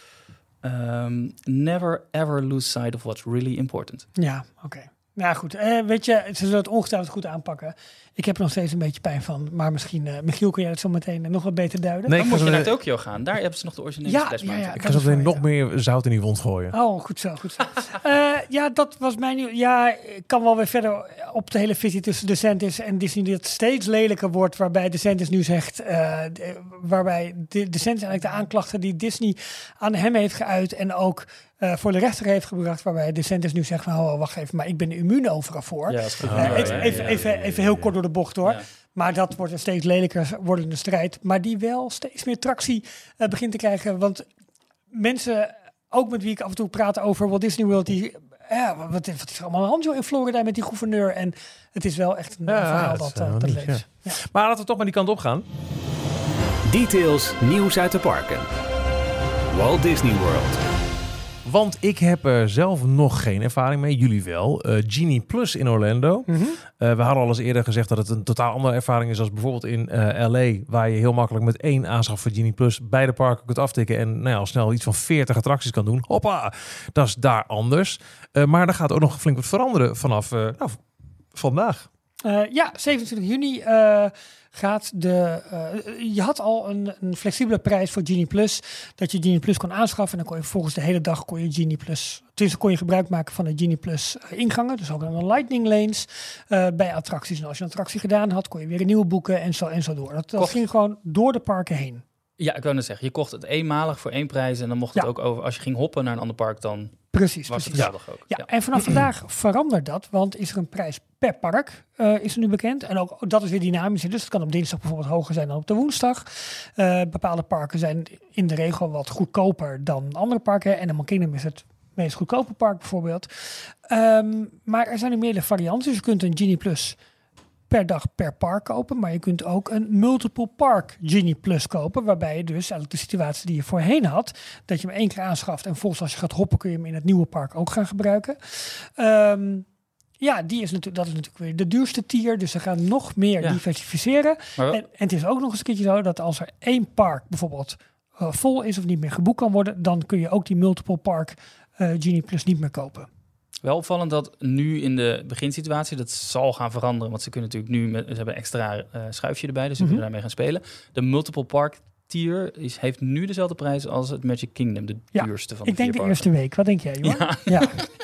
Never ever lose sight of what's really important. Ja, oké. Nou goed, weet je, ze zullen het ongetwijfeld goed aanpakken. Ik heb er nog steeds een beetje pijn van. Maar misschien, Michiel, kun jij het zo meteen nog wat beter duiden? Nee, Dan ik moet ga je zo- naar Tokio gaan. Daar hebben ze nog de originele Ja, flesmaat. ja, Ik dat ga zo is meteen waar, nog meer zout in die wond gooien. Oh, goed zo, goed zo. Ja, dat was mijn nieuw. Ja, ik kan wel weer verder op de hele visie tussen DeSantis en Disney die het steeds lelijker wordt, waarbij DeSantis nu zegt, waarbij DeSantis eigenlijk de aanklachten die Disney aan hem heeft geuit en ook voor de rechter heeft gebracht, waarbij DeSantis nu zegt van, oh, wacht even, maar ik ben immuun overal voor. Ja, dat is goed. Even heel kort door de bocht hoor. Ja. Maar dat wordt een steeds lelijker wordende strijd. Maar die wel steeds meer tractie begint te krijgen. Want mensen, ook met wie ik af en toe praat over Walt Disney World, die, wat is er allemaal aan de hand joh, in Florida met die gouverneur? En het is wel echt een verhaal dat niet, leeft. Ja. Maar laten we toch maar die kant op gaan. Details, nieuws uit de parken. Walt Disney World. Want ik heb er zelf nog geen ervaring mee. Jullie wel. Genie Plus in Orlando. We hadden al eens eerder gezegd dat het een totaal andere ervaring is als bijvoorbeeld in LA. Waar je heel makkelijk met 1 aanschaf voor Genie Plus beide parken kunt aftikken. En nou ja, al snel iets van 40 attracties kan doen. Hoppa! Dat is daar anders. Maar daar gaat ook nog flink wat veranderen vanaf vandaag. 27 juni gaat je had al een flexibele prijs voor Genie Plus. Dat je Genie Plus kon aanschaffen. En dan kon je volgens de hele dag Genie Plus. Dus kon je gebruik maken van de Genie Plus ingangen. Dus ook aan de Lightning Lanes bij attracties. En als je een attractie gedaan had, kon je weer een nieuwe boeken en zo door. Dat ging gewoon door de parken heen. Ja, ik wou net zeggen, je kocht het eenmalig voor 1 prijs. En dan mocht het ook over, als je ging hoppen naar een ander park, dan Precies. was het hetzelfde ook. Ja, en vanaf vandaag verandert dat, want is er een prijs per park, is er nu bekend. En ook dat is weer dynamisch, dus het kan op dinsdag bijvoorbeeld hoger zijn dan op de woensdag. Bepaalde parken zijn in de regel wat goedkoper dan andere parken. En Animal Kingdom is het meest goedkope park bijvoorbeeld. Maar er zijn nu meerdere varianten, dus je kunt een Genie Plus per dag per park kopen, maar je kunt ook een multiple park Genie Plus kopen, waarbij je dus eigenlijk de situatie die je voorheen had, dat je hem 1 keer aanschaft en volgens als je gaat hoppen kun je hem in het nieuwe park ook gaan gebruiken. Dat is natuurlijk weer de duurste tier, dus ze gaan nog meer diversificeren. En het is ook nog eens een keertje zo dat als er 1 park bijvoorbeeld vol is of niet meer geboekt kan worden, dan kun je ook die multiple park Genie Plus niet meer kopen. Wel opvallend dat nu in de beginsituatie, dat zal gaan veranderen, want ze kunnen natuurlijk nu, ze hebben een extra schuifje erbij, dus ze kunnen daarmee gaan spelen. De multiple park tier heeft nu dezelfde prijs als het Magic Kingdom, de duurste van de 4 Ik denk de parken. eerste week. Wat denk jij, Johan? Ja.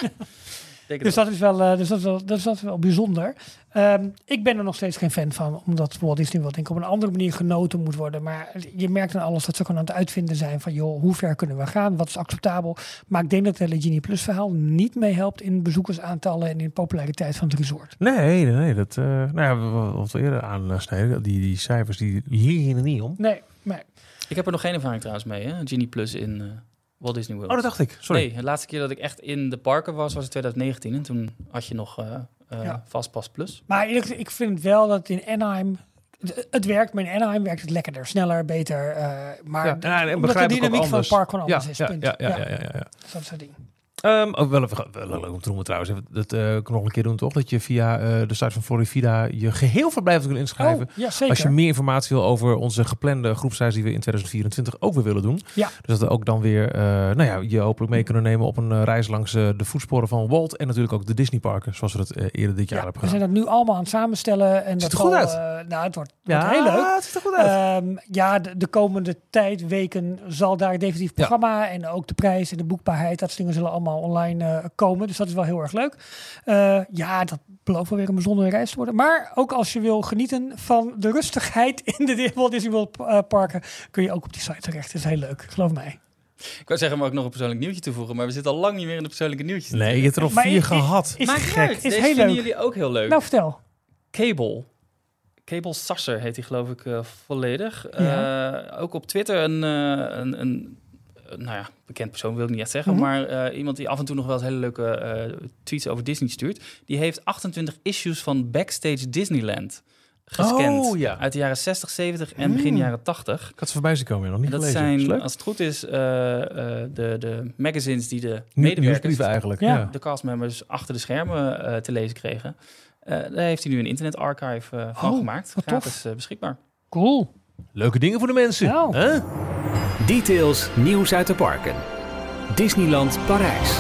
Dus dat is wel bijzonder. Ik ben er nog steeds geen fan van, omdat Walt Disney World denk ik op een andere manier genoten moet worden. Maar je merkt aan alles dat ze gewoon aan het uitvinden zijn van, joh, hoe ver kunnen we gaan? Wat is acceptabel? Maar ik denk dat het hele Genie Plus verhaal niet meehelpt in bezoekersaantallen en in de populariteit van het resort. Nee, dat wat we eerder aansneden, die cijfers die liegen er niet om. Nee. Ik heb er nog geen ervaring trouwens mee, hè? Genie Plus in Walt Disney World. Oh, dat dacht ik. Sorry. Nee, de laatste keer dat ik echt in de parken was in 2019. En toen had je nog Fastpass Plus. Maar ik vind wel dat in Anaheim het werkt, maar in Anaheim werkt het lekkerder, sneller, beter. Maar omdat de dynamiek van het park gewoon anders is. Punt. Ja. Dat is het ding. Ook wel leuk om te noemen trouwens. Dat kan nog een keer doen, toch? Dat je via de site van Florida je geheel verblijf kunt inschrijven. Ja, zeker. Als je meer informatie wil over onze geplande groepsreis die we in 2024 ook weer willen doen. Ja. Dus dat we ook dan weer je hopelijk mee kunnen nemen op een reis langs de voetsporen van Walt. En natuurlijk ook de Disneyparken, zoals we dat eerder dit jaar hebben gedaan. We zijn dat nu allemaal aan het samenstellen. En ziet dat er goed uit. Het wordt heel leuk. Het ziet er goed uit. De komende weken zal daar definitief programma en ook de prijs en de boekbaarheid, dat soort dingen zullen allemaal online komen. Dus dat is wel heel erg leuk. Dat belooft wel weer een bijzondere reis te worden. Maar ook als je wil genieten van de rustigheid in de Walt Disney World parken, kun je ook op die site terecht. Dat is heel leuk, geloof mij. Ik wou zeggen, maar ook nog een persoonlijk nieuwtje toevoegen, maar we zitten al lang niet meer in de persoonlijke nieuwtjes. Nee, je hebt er al 4 gehad. Maakt gek. Is heel vinden leuk. jullie ook heel leuk. Nou, vertel. Cable Sasser heet hij geloof ik volledig. Ook op Twitter een bekend persoon wil ik niet echt zeggen, maar iemand die af en toe nog wel eens hele leuke tweets over Disney stuurt. Die heeft 28 issues van Backstage Disneyland gescand. Uit de jaren 60, 70 en begin jaren 80. Ik had ze voorbij zien komen, nog niet dat gelezen. zijn, als het goed is, de magazines die de medewerkers, eigenlijk, de castmembers achter de schermen te lezen kregen. Daar heeft hij nu een internetarchive van gemaakt. Gratis beschikbaar. Cool. Leuke dingen voor de mensen. Nou. Huh? Details, nieuws uit de parken. Disneyland Parijs.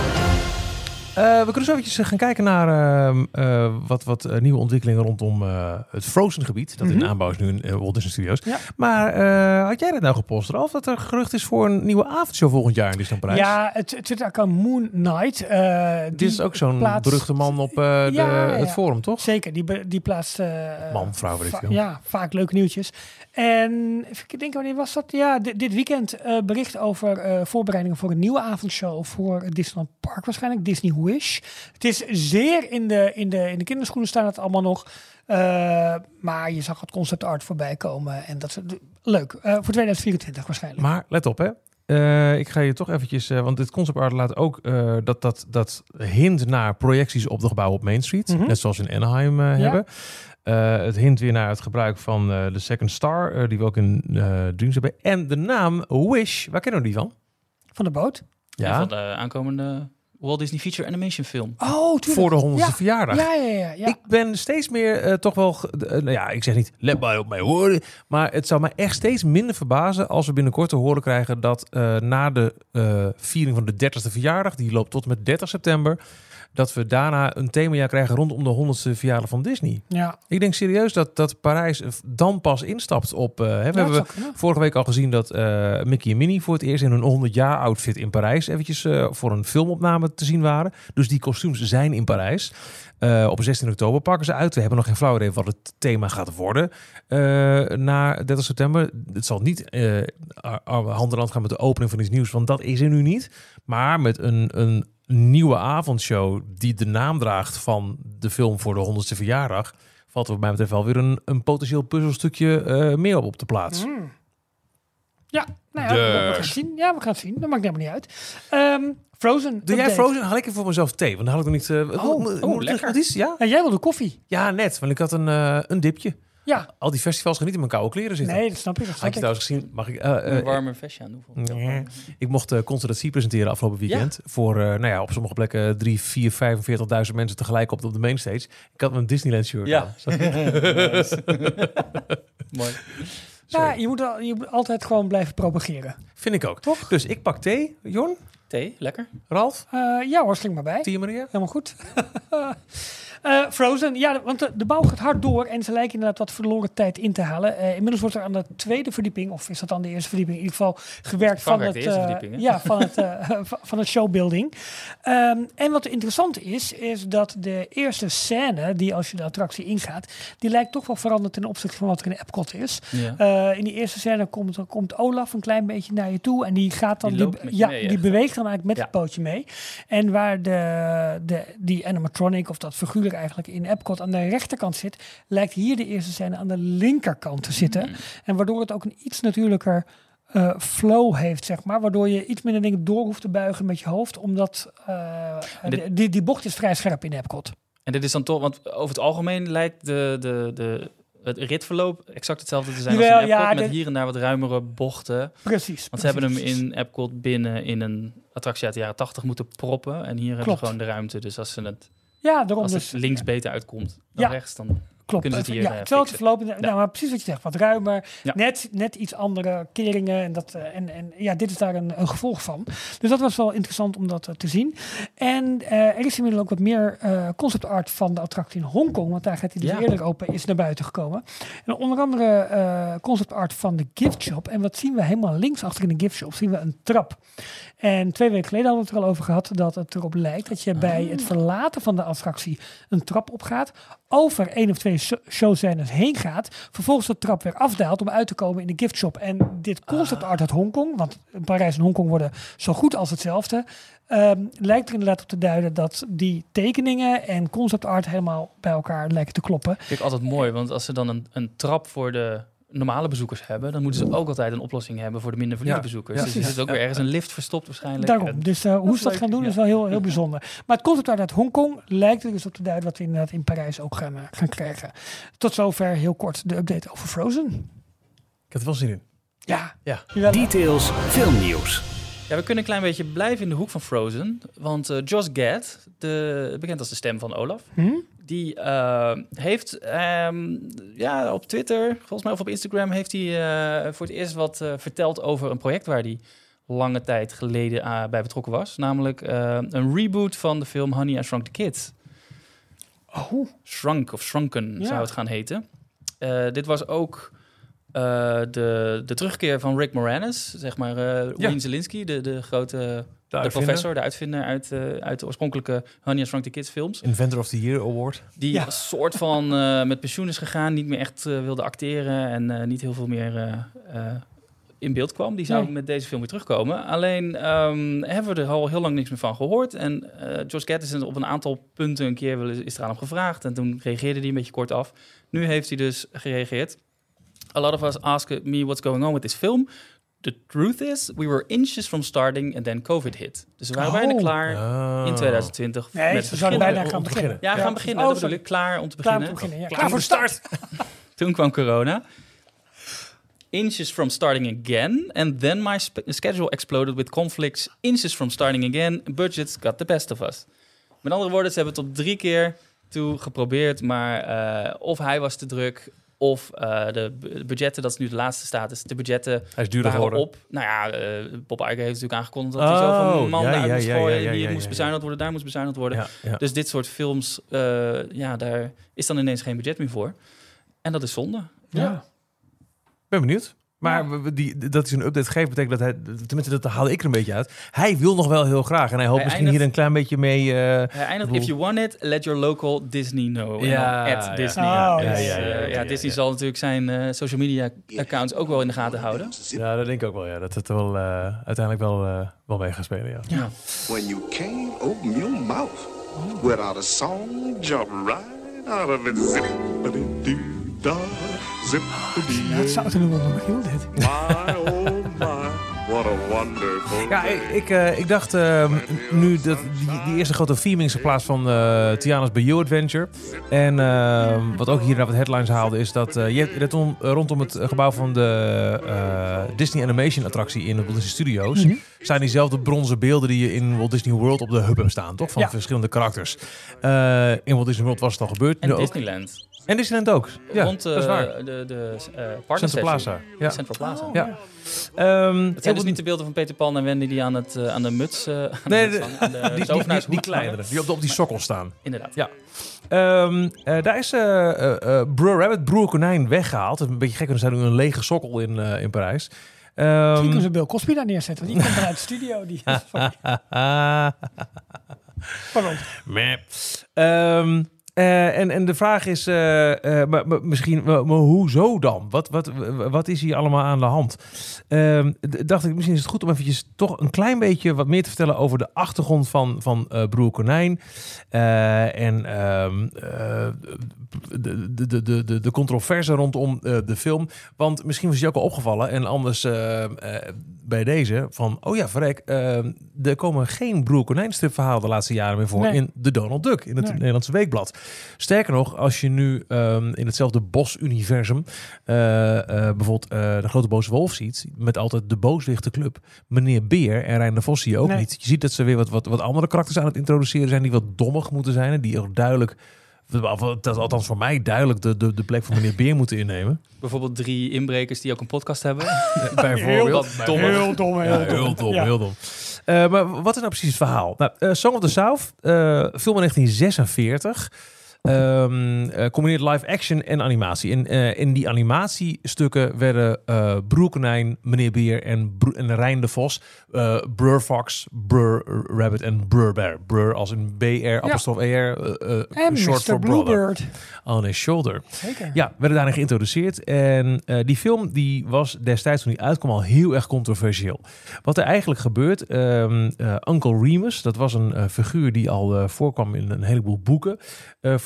We kunnen zo eventjes gaan kijken naar wat nieuwe ontwikkelingen rondom het Frozen-gebied. Dat in aanbouw is nu in Walt Disney Studios. Ja. Maar had jij dat nou gepost, Ralf? Dat er gerucht is voor een nieuwe avondshow volgend jaar in Disneyland Parijs? Ja, het zit eigenlijk aan Moon Knight. Dit is ook zo'n beruchte man op het forum, toch? Zeker, die plaatst... man, vrouw, weet ik veel. Ja, vaak leuke nieuwtjes. En even denken, wanneer was dat? Ja, dit weekend bericht over voorbereidingen voor een nieuwe avondshow voor het Disneyland Park waarschijnlijk. Disney Wish. Het is zeer in de kinderschoenen staan het allemaal nog. Maar je zag het concept art voorbij komen. En dat is leuk. Voor 2024 waarschijnlijk. Maar let op, hè. Ik ga je toch eventjes... want dit concept art laat ook dat hint naar projecties op de gebouwen op Main Street. Net zoals we in Anaheim hebben. Het hint weer naar het gebruik van de Second Star, die we ook in Dreams hebben. En de naam Wish, waar kennen we die van? Van de boot? Ja. En van de aankomende Walt Disney Feature Animation film. Oh, voor de 100ste verjaardag. Ja. Ik ben steeds meer toch wel... ik zeg niet, let maar op mij horen. Maar het zou mij echt steeds minder verbazen als we binnenkort te horen krijgen dat na de viering van de 30ste verjaardag, die loopt tot en met 30 september... dat we daarna een themajaar krijgen rondom de 100ste verjaardag van Disney. Ja. Ik denk serieus dat Parijs dan pas instapt op... we hebben vorige week al gezien dat Mickey en Minnie voor het eerst in hun 100 jaar outfit in Parijs eventjes voor een filmopname te zien waren. Dus die kostuums zijn in Parijs. Op 16 oktober pakken ze uit. We hebben nog geen flauw idee wat het thema gaat worden na 30 september. Het zal niet hand in hand gaan met de opening van iets nieuws, want dat is er nu niet. Maar met een nieuwe avondshow die de naam draagt van de film voor de 100ste verjaardag, valt er wat mij betreft wel weer een potentieel puzzelstukje meer op de plaats. Ja, nou ja, we gaan het zien. Ja, we gaan het zien. Dat maakt helemaal niet uit. Frozen. Doe jij Frozen? Haal ik even voor mezelf thee, want dan had ik nog niet... lekker. Ja? Ja, jij wilde koffie. Ja, net, want ik had een dipje. Ja. Al die festivals gaan niet in mijn koude kleren zitten. Nee, dat snap ik. Had je trouwens gezien? Mag ik een warmer vestje aan doen? Ik mocht Concert presenteren afgelopen weekend. Ja? Voor op sommige plekken 3, 4, 45.000 mensen tegelijk op de mainstage. Ik had mijn Disneyland shirt aan. Mooi. Ja, je moet altijd gewoon blijven propageren. Vind ik ook. Toch? Dus ik pak thee. Jorn? Thee, lekker. Ralf? Ja hoor, sling maar bij. Tia Maria? Helemaal goed. Frozen, ja, want de bouw gaat hard door en ze lijken inderdaad wat verloren tijd in te halen. Inmiddels wordt er aan de tweede verdieping, of is dat dan de eerste verdieping, in ieder geval gewerkt van het showbuilding. En wat interessant is dat de eerste scène, die als je de attractie ingaat, die lijkt toch wel veranderd ten opzichte van wat er in Epcot is. Ja. In die eerste scène komt Olaf een klein beetje naar je toe en die gaat dan die beweegt dan eigenlijk met het pootje mee. En waar die animatronic of dat figuur eigenlijk in Epcot aan de rechterkant zit, lijkt hier de eerste scène aan de linkerkant te zitten. En waardoor het ook een iets natuurlijker flow heeft, zeg maar. Waardoor je iets minder dingen door hoeft te buigen met je hoofd, omdat die bocht is vrij scherp in Epcot. En dit is dan toch, want over het algemeen lijkt het ritverloop exact hetzelfde te zijn als in Epcot, met hier en daar wat ruimere bochten. Precies. Want ze hebben hem in Epcot binnen in een attractie uit de jaren 80 moeten proppen. En hier hebben ze gewoon de ruimte. Dus als ze het... Ja, daarom als het links beter uitkomt dan rechts, dan kunnen ze het hier hetzelfde verloop. Maar precies wat je zegt, wat ruimer. Ja. Net iets andere keringen. En dit is daar een gevolg van. Dus dat was wel interessant om dat te zien. En er is inmiddels ook wat meer concept art van de attractie in Hongkong. Want daar gaat hij dus eerder open, is naar buiten gekomen. En onder andere concept art van de gift shop. En wat zien we helemaal links achter in de gift shop? Zien we een trap. En 2 weken geleden hadden we het er al over gehad dat het erop lijkt dat je bij het verlaten van de attractie een trap opgaat, over 1 of 2 showscènes heen gaat, vervolgens de trap weer afdaalt om uit te komen in de gift shop. En dit concept art uit Hongkong, want Parijs en Hongkong worden zo goed als hetzelfde, lijkt er inderdaad op te duiden dat die tekeningen en concept art helemaal bij elkaar lijken te kloppen. Vind ik altijd mooi, want als ze dan een trap voor de normale bezoekers hebben, dan moeten ze ook altijd een oplossing hebben voor de minder valide bezoekers. Dus er zit ook weer ergens een lift verstopt waarschijnlijk. Daarom. Dus hoe ze dat gaan doen is wel heel bijzonder. Maar het concept uit Hongkong lijkt er dus op te duiden wat we inderdaad in Parijs ook gaan krijgen. Tot zover heel kort de update over Frozen. Ik heb er wel zin in. Ja. Details filmnieuws. Ja, we kunnen een klein beetje blijven in de hoek van Frozen. Want Josh Gad, bekend als de stem van Olaf... Die heeft op Twitter, volgens mij of op Instagram... heeft hij voor het eerst wat verteld over een project... waar hij lange tijd geleden bij betrokken was. Namelijk een reboot van de film Honey, I Shrunk the Kids. Oh. Shrunk of Shrunken zou het gaan heten. Dit was ook... de terugkeer van Rick Moranis, zeg maar Wayne Szalinski, de grote professor, de uitvinder uit de oorspronkelijke Honey, I Shrunk the Kids films. Inventor of the Year Award. Die een soort van met pensioen is gegaan, niet meer echt wilde acteren en niet heel veel meer in beeld kwam. Die zou met deze film weer terugkomen. Alleen hebben we er al heel lang niks meer van gehoord. En Josh Gad is op een aantal punten een keer is eraan op gevraagd. En toen reageerde hij een beetje kort af. Nu heeft hij dus gereageerd. A lot of us ask me what's going on with this film. The truth is, we were inches from starting and then COVID hit. Dus we waren bijna klaar in 2020. Nee, ze zouden bijna gaan beginnen. Ja, gaan beginnen. Dat bedoel ik. Klaar om te beginnen. Klaar voor de start. Toen kwam corona. Inches from starting again. And then my schedule exploded with conflicts. Inches from starting again. Budgets got the best of us. Met andere woorden, ze hebben het tot 3 keer toe geprobeerd. Maar of hij was te druk... Of de budgetten, dat is nu de laatste status. De budgetten hij is duurder geworden. Op. Nou ja, Bob Iger heeft natuurlijk aangekondigd dat hij zoveel man uit moest gooien. Hier moest bezuinigd worden, daar moest bezuinigd worden. Ja. Dus dit soort films, daar is dan ineens geen budget meer voor. En dat is zonde. Ja. Ben benieuwd. Maar dat hij een update geeft, betekent dat hij... Tenminste, dat haalde ik er een beetje uit. Hij wil nog wel heel graag. En hij hoopt misschien hier een klein beetje mee... hij eindigt, if you want it, let your local Disney know. At Disney. Disney zal natuurlijk zijn social media accounts ook wel in de gaten houden. Ja, dat denk ik ook wel. Ja. Dat het wel uiteindelijk wel mee gaat spelen. Ja. When you can't open your mouth without a song, jump right out of it. Zippity-doo-dah. Ja, het zou toen wel nog heel dit. My, oh my, what a wonderful Ja, ik dacht nu dat die eerste grote theming is in plaats van Tiana's Bayou Adventure. En wat ook hier naar wat headlines haalde is dat rondom het gebouw van de Disney Animation attractie in de Walt Disney Studios zijn diezelfde bronzen beelden die je in Walt Disney World op de hub hebt staan, toch? Van verschillende karakters. In Walt Disney World was het al gebeurd. En Disneyland. En Disneyland ook. Ja, rond dat is waar. de Central Plaza. Ja. Central Plaza. Ja. Het zijn dus niet de beelden van Peter Pan en Wendy die aan de muts... die kleinere, die op die sokkel staan. Inderdaad. Ja. Daar is Brr Rabbit, Broer Konijn, weggehaald. Het is een beetje gek, er zijn nu een lege sokkel in Parijs. Misschien kunnen ze Bill Cosby daar neerzetten. Die komt eruit de studio. Pardon. En de vraag is, misschien, maar hoezo dan? Wat is hier allemaal aan de hand? Dacht ik, misschien is het goed om eventjes toch een klein beetje wat meer te vertellen over de achtergrond van Broer Konijn. En de controverse rondom de film. Want misschien was je ook al opgevallen en anders bij deze van, oh ja, verrek, er komen geen Broer Konijn stripverhalen de laatste jaren meer voor in de Donald Duck, in het Nederlandse Weekblad. Sterker nog, als je nu in hetzelfde Bos-universum bijvoorbeeld de Grote Boze Wolf ziet, met altijd de booswichtenclub, Meneer Beer en Rijn de Vos zie je ook niet. Je ziet dat ze weer wat andere karakters aan het introduceren zijn die wat dommig moeten zijn en die ook duidelijk, althans voor mij duidelijk, de plek van Meneer Beer moeten innemen. Bijvoorbeeld 3 inbrekers die ook een podcast hebben. Bijvoorbeeld. Heel dom. Maar wat is nou precies het verhaal? Nou, Song of the South, film in 1946. Combineert live action en animatie. In die animatiestukken werden Broer Konijn, Meneer Beer en Rijn de Vos, Brr Fox, Brr Rabbit en Brr Bear. Brr als een BR, apostrof ER, short for brother. On his shoulder. Zeker. Ja, werden daarin geïntroduceerd. En die film die was destijds toen die uitkwam al heel erg controversieel. Wat er eigenlijk gebeurt, Uncle Remus, dat was een figuur die al voorkwam in een heleboel boeken, vertelde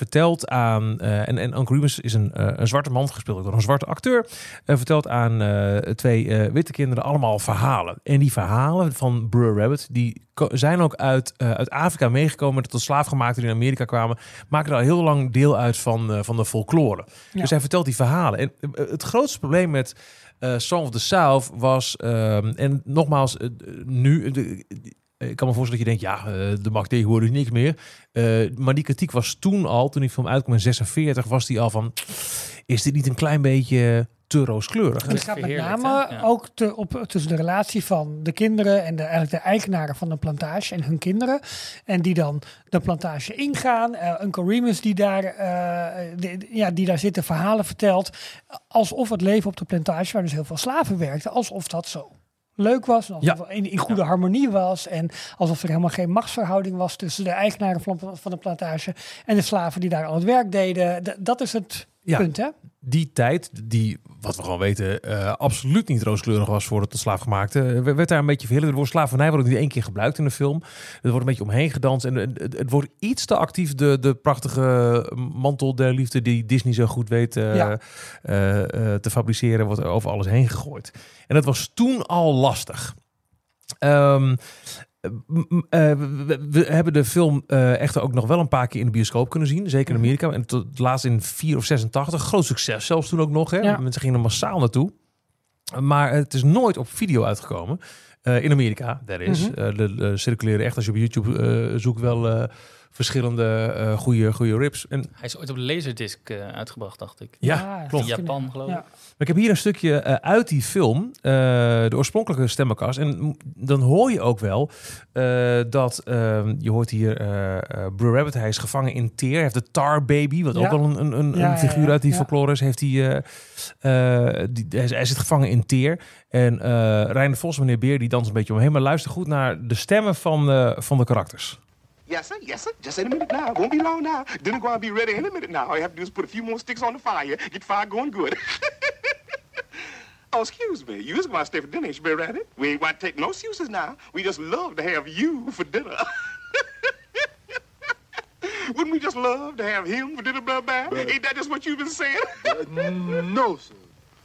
vertelt aan... en Uncle Remus is een zwarte man, gespeeld door een zwarte acteur. Vertelt aan 2 witte kinderen allemaal verhalen. En die verhalen van Brer Rabbit... die zijn ook uit Afrika meegekomen... tot slaafgemaakten die in Amerika kwamen... maken er al heel lang deel uit van de folklore. Ja. Dus hij vertelt die verhalen. En het grootste probleem met... Song of the South was... en nogmaals, nu... ik kan me voorstellen dat je denkt... de mag tegenwoordig niks meer. Maar die kritiek was toen al... toen die film uitkwam in 46... was die al van... is dit niet een klein beetje... te rooskleurig? En het gaat met name ook tussen de relatie van de kinderen... en eigenlijk de eigenaren van de plantage en hun kinderen. En die dan de plantage ingaan. Uncle Remus die daar zit, de verhalen vertelt. Alsof het leven op de plantage, waar dus heel veel slaven werkten... alsof dat zo leuk was. Alsof het in goede harmonie was. En alsof er helemaal geen machtsverhouding was... tussen de eigenaren van de plantage... en de slaven die daar al het werk deden. Dat is het punt, hè? Die tijd, die, wat we gewoon weten, absoluut niet rooskleurig was voor het tot slaafgemaakte, werd daar een beetje verhinderd. Het woord slavernij wordt ook niet 1 keer gebruikt in de film. Het wordt een beetje omheen gedanst en het wordt iets te actief de prachtige mantel der liefde die Disney zo goed weet te fabriceren, wordt over alles heen gegooid. En dat was toen al lastig. We hebben de film echter ook nog wel een paar keer in de bioscoop kunnen zien. Zeker in Amerika. En tot laatst in 4 of 86. Groot succes zelfs toen ook nog. Hè? Ja. Mensen gingen er massaal naartoe. Maar het is nooit op video uitgekomen. In Amerika, dat is. De circuleren echt, als je op YouTube zoekt, wel verschillende goede rips. En hij is ooit op de Laserdisc uitgebracht, dacht ik. Ja, klopt. In Japan, geloof ik. Ja. Maar ik heb hier een stukje uit die film, de oorspronkelijke stemmenkast. En dan hoor je ook wel dat, je hoort hier Brer Rabbit, hij is gevangen in Teer. Hij heeft de Tar Baby, wat ook wel een figuur uit die folklore is. Heeft hij zit gevangen in Teer. En Reiner Vos, meneer Beer, die danst een beetje omheen. Maar luister goed naar de stemmen van de karakters. Yes, sir. Yes, sir. Just in a minute now. Won't be long now. Dinner gonna be ready in a minute now. All you have to do is put a few more sticks on the fire. Get fire going good. Oh, excuse me. You is going to stay for dinner, ain't you, Brer Rabbit? We ain't going to take no excuses now. We just love to have you for dinner. Wouldn't we just love to have him for dinner, Brer Bear? Ain't that just what you've been saying? No, sir.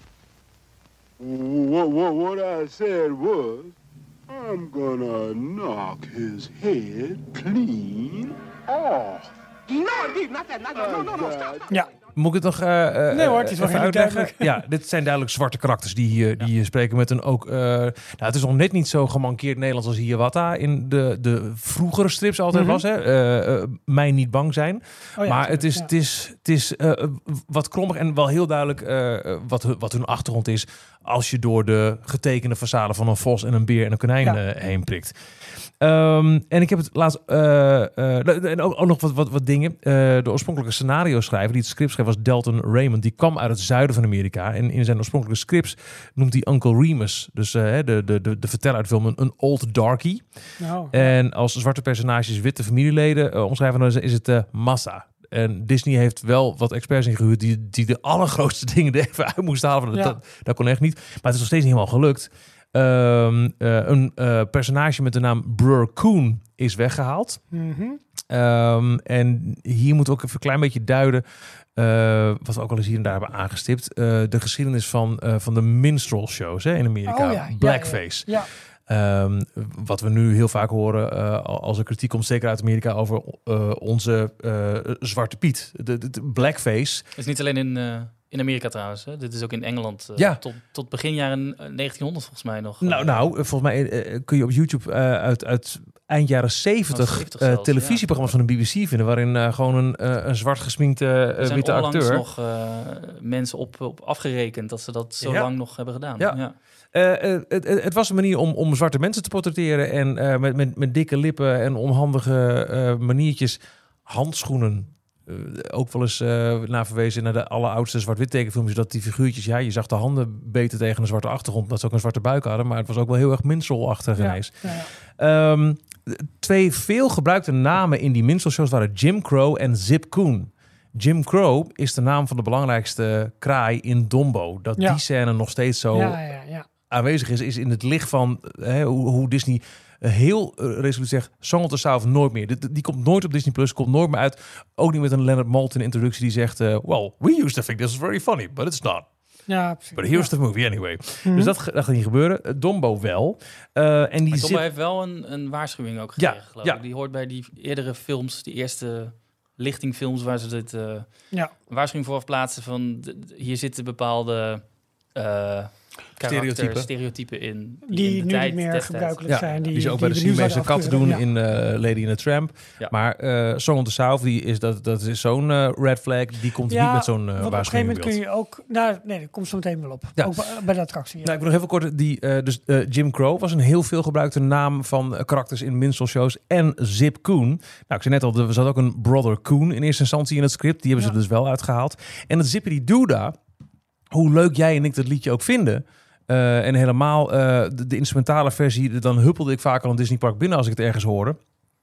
What I said was... I'm gonna knock his head clean off. No, indeed, not that. No, stop. Ja. Moet ik het nog nee hoor, het is wel heel duidelijk. Ja, dit zijn duidelijk zwarte karakters die hier spreken met een ook... het is nog net niet zo gemankeerd Nederlands als Hiawatha in de vroegere strips altijd was. Hè? Mij niet bang zijn. Oh, ja, maar het is wat krommig en wel heel duidelijk wat hun achtergrond is als je door de getekende façade van een vos en een beer en een konijn heen prikt. En ik heb het laatst... en ook nog wat dingen. De oorspronkelijke scenario schrijver, die het script schreef, was Dalton Raymond. Die kwam uit het zuiden van Amerika. En in zijn oorspronkelijke scripts noemt hij Uncle Remus. Dus de verteller uit de film een old darky. Oh. En als zwarte personages witte familieleden omschrijven, dan is het Massa. En Disney heeft wel wat experts ingehuurd die de allergrootste dingen er even uit moesten halen. Dat kon echt niet. Maar het is nog steeds niet helemaal gelukt. Een personage met de naam Brer Coon is weggehaald. En hier moet ook even een klein beetje duiden, wat we ook al eens hier en daar hebben aangestipt, de geschiedenis van de minstrel shows in Amerika. Blackface. Ja. Wat we nu heel vaak horen als er kritiek komt, zeker uit Amerika, over onze Zwarte Piet. De blackface. Het is niet alleen in Amerika trouwens. Hè? Dit is ook in Engeland tot begin jaren 1900 volgens mij nog. Volgens mij kun je op YouTube uit eind jaren 70 televisieprogramma's van de BBC vinden, waarin gewoon een zwart gesminkte witte acteur. Er zijn nog mensen op afgerekend dat ze dat zo lang nog hebben gedaan. Ja. Het was een manier om zwarte mensen te portretteren en met dikke lippen en onhandige maniertjes, handschoenen. Ook wel eens naar verwezen naar de alleroudste zwart-wit tekenfilmpjes, dat die figuurtjes, je zag de handen beter tegen een zwarte achtergrond, dat ze ook een zwarte buik hadden, maar het was ook wel heel erg minstrel-achtig ineens. Ja. 2 veel gebruikte namen in die minstrelshows waren Jim Crow en Zip Coon. Jim Crow is de naam van de belangrijkste kraai in Dumbo. Dat die scène nog steeds zo aanwezig is in het licht van hoe Disney heel resoluut zeg, Song of the South nooit meer. Die komt nooit op Disney Plus, komt nooit meer uit. Ook niet met een Leonard Maltin introductie die zegt, well, we used to think this is very funny, but it's not. Ja, precies. But here's the movie anyway. Dus dat gaat niet gebeuren. Dumbo wel. En die Dumbo heeft wel een waarschuwing ook gekregen, geloof ik. Die hoort bij die eerdere films, die eerste lichtingfilms waar ze dit een waarschuwing voor plaatsen van hier zitten bepaalde stereotypen in. Die nu niet meer gebruikelijk zijn. Die ze ook bij de Siamese kat doen in Lady and the Tramp. Ja. Maar Song of the South, dat is zo'n red flag. Die komt niet met zo'n waarschuwing. Op een gegeven moment kun je ook... dat komt zo meteen wel op. Ja. Ook bij de attractie. Ja. Nou, ik wil nog even kort... Jim Crow was een heel veel gebruikte naam van karakters in minstrelshows. En Zip Coon. Nou, ik zei net al, er zat ook een Brother Coon in eerste instantie in het script. Die hebben ze dus wel uitgehaald. En het Zippity Doodah, hoe leuk jij en ik dat liedje ook vinden... en helemaal de instrumentale versie, dan huppelde ik vaak al een Disneypark binnen als ik het ergens hoorde.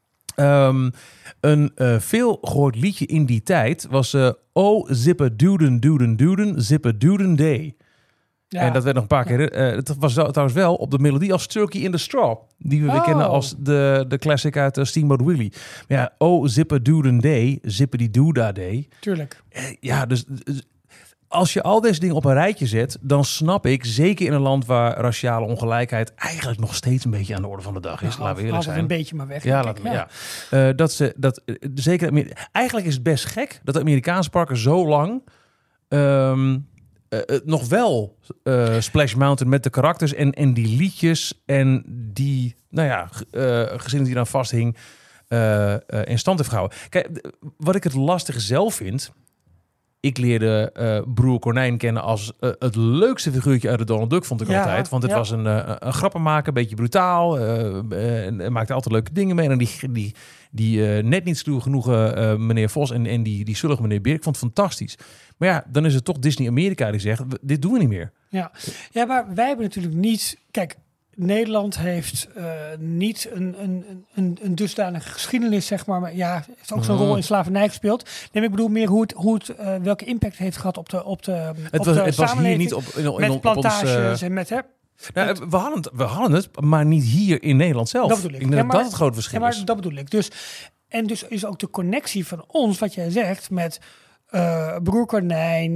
Een veel gehoord liedje in die tijd was Oh Zipper Dooden Dooden Dooden Zipper Dooden Day. Ja. En dat werd nog een paar keer. Het was trouwens wel op de melodie als Turkey in the Straw. Die we weer kennen als de classic uit Steamboat Willie. Maar ja, Oh Zipper Dooden Day, Zippity Doodah Day. Tuurlijk. Dus als je al deze dingen op een rijtje zet, dan snap ik, zeker in een land waar raciale ongelijkheid eigenlijk nog steeds een beetje aan de orde van de dag is. Laten we eerlijk zijn. Een beetje maar weg. Zeker. Eigenlijk is het best gek dat de Amerikaanse parken zo lang nog wel Splash Mountain met de karakters en die liedjes en die, gezinnen die dan vasthing, in stand heeft gehouden. Kijk, wat ik het lastige zelf vind. Ik leerde broer Konijn kennen als het leukste figuurtje uit de Donald Duck, vond ik altijd. Want het was een grappenmaker, een beetje brutaal. En maakte altijd leuke dingen mee. En die net niet stoer genoeg meneer Vos en die zullige meneer Beer. Ik vond het fantastisch. Maar ja, dan is het toch Disney Amerika die zegt, dit doen we niet meer. Ja, maar wij hebben natuurlijk niet... Kijk, Nederland heeft niet een dusdanige geschiedenis, zeg maar. Maar ja, heeft ook zo'n rol in slavernij gespeeld. Nee, ik bedoel meer hoe het welke impact heeft gehad op de het was hier niet met plantages en met... We hadden het, maar niet hier in Nederland zelf. Dat bedoel ik. Ik denk dat het groot verschil is. Maar dat bedoel ik. Dus is ook de connectie van ons, wat jij zegt, met... broer Konijn,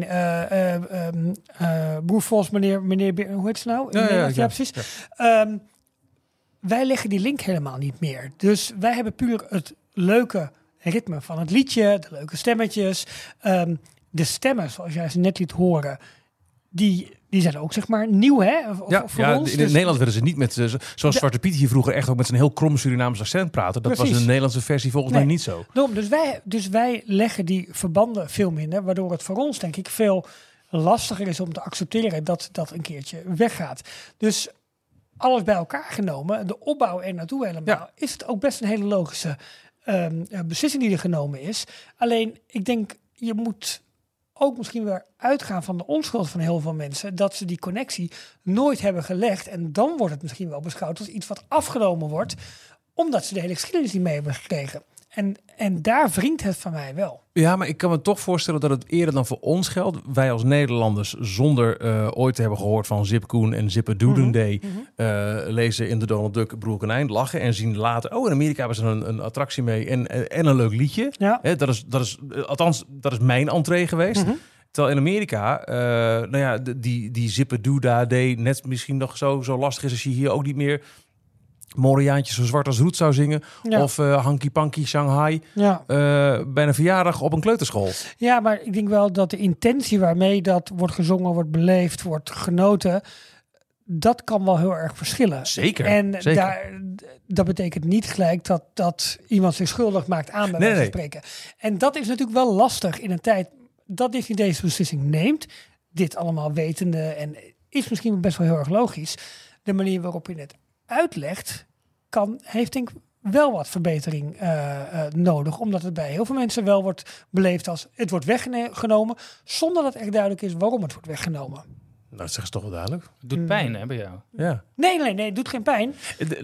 broer Vos, meneer hoe heet ze nou? Ja, precies. Ja. Wij leggen die link helemaal niet meer. Dus wij hebben puur het leuke ritme van het liedje, de leuke stemmetjes. De stemmen, zoals jij ze net liet horen, die zijn ook zeg maar nieuw, hè? Voor ons. In Nederland werden ze niet met, zoals Zwarte Piet hier vroeger echt ook met zijn heel krom Surinaams accent praten. Dat was in de Nederlandse versie volgens mij niet zo. Dus wij leggen die verbanden veel minder, waardoor het voor ons denk ik veel lastiger is om te accepteren dat dat een keertje weggaat. Dus alles bij elkaar genomen, de opbouw er naartoe helemaal, is het ook best een hele logische beslissing die er genomen is. Alleen, ik denk, je moet ook misschien weer uitgaan van de onschuld van heel veel mensen, dat ze die connectie nooit hebben gelegd. En dan wordt het misschien wel beschouwd als iets wat afgenomen wordt, omdat ze de hele geschiedenis niet mee hebben gekregen. En daar wringt het van mij wel. Ja, maar ik kan me toch voorstellen dat het eerder dan voor ons geldt. Wij als Nederlanders, zonder ooit te hebben gehoord van Zip Coon en Zipper Dooden Day, lezen in de Donald Duck Broer Konijn, lachen en zien later, in Amerika hebben ze een attractie mee en een leuk liedje. Ja. Dat is mijn entree geweest. Terwijl in Amerika, die Zipper Doodah Day net misschien nog zo lastig is als je hier ook niet meer Moriaantje zo zwart als roet zou zingen. Ja. Of Hanky Panky Shanghai. Ja. Bij een verjaardag op een kleuterschool. Ja, maar ik denk wel dat de intentie waarmee dat wordt gezongen, wordt beleefd, wordt genoten, dat kan wel heel erg verschillen. Zeker. En dat betekent niet gelijk dat iemand zich schuldig maakt aan bij wijze van spreken. En dat is natuurlijk wel lastig in een tijd dat Disney deze beslissing neemt. Dit allemaal wetende en is misschien best wel heel erg logisch. De manier waarop je het uitlegt, heeft denk ik wel wat verbetering nodig. Omdat het bij heel veel mensen wel wordt beleefd als het wordt weggenomen, zonder dat echt duidelijk is waarom het wordt weggenomen. Nou, dat zeggen ze toch wel duidelijk. Het doet pijn, hè, bij jou? Ja. Nee, het doet geen pijn.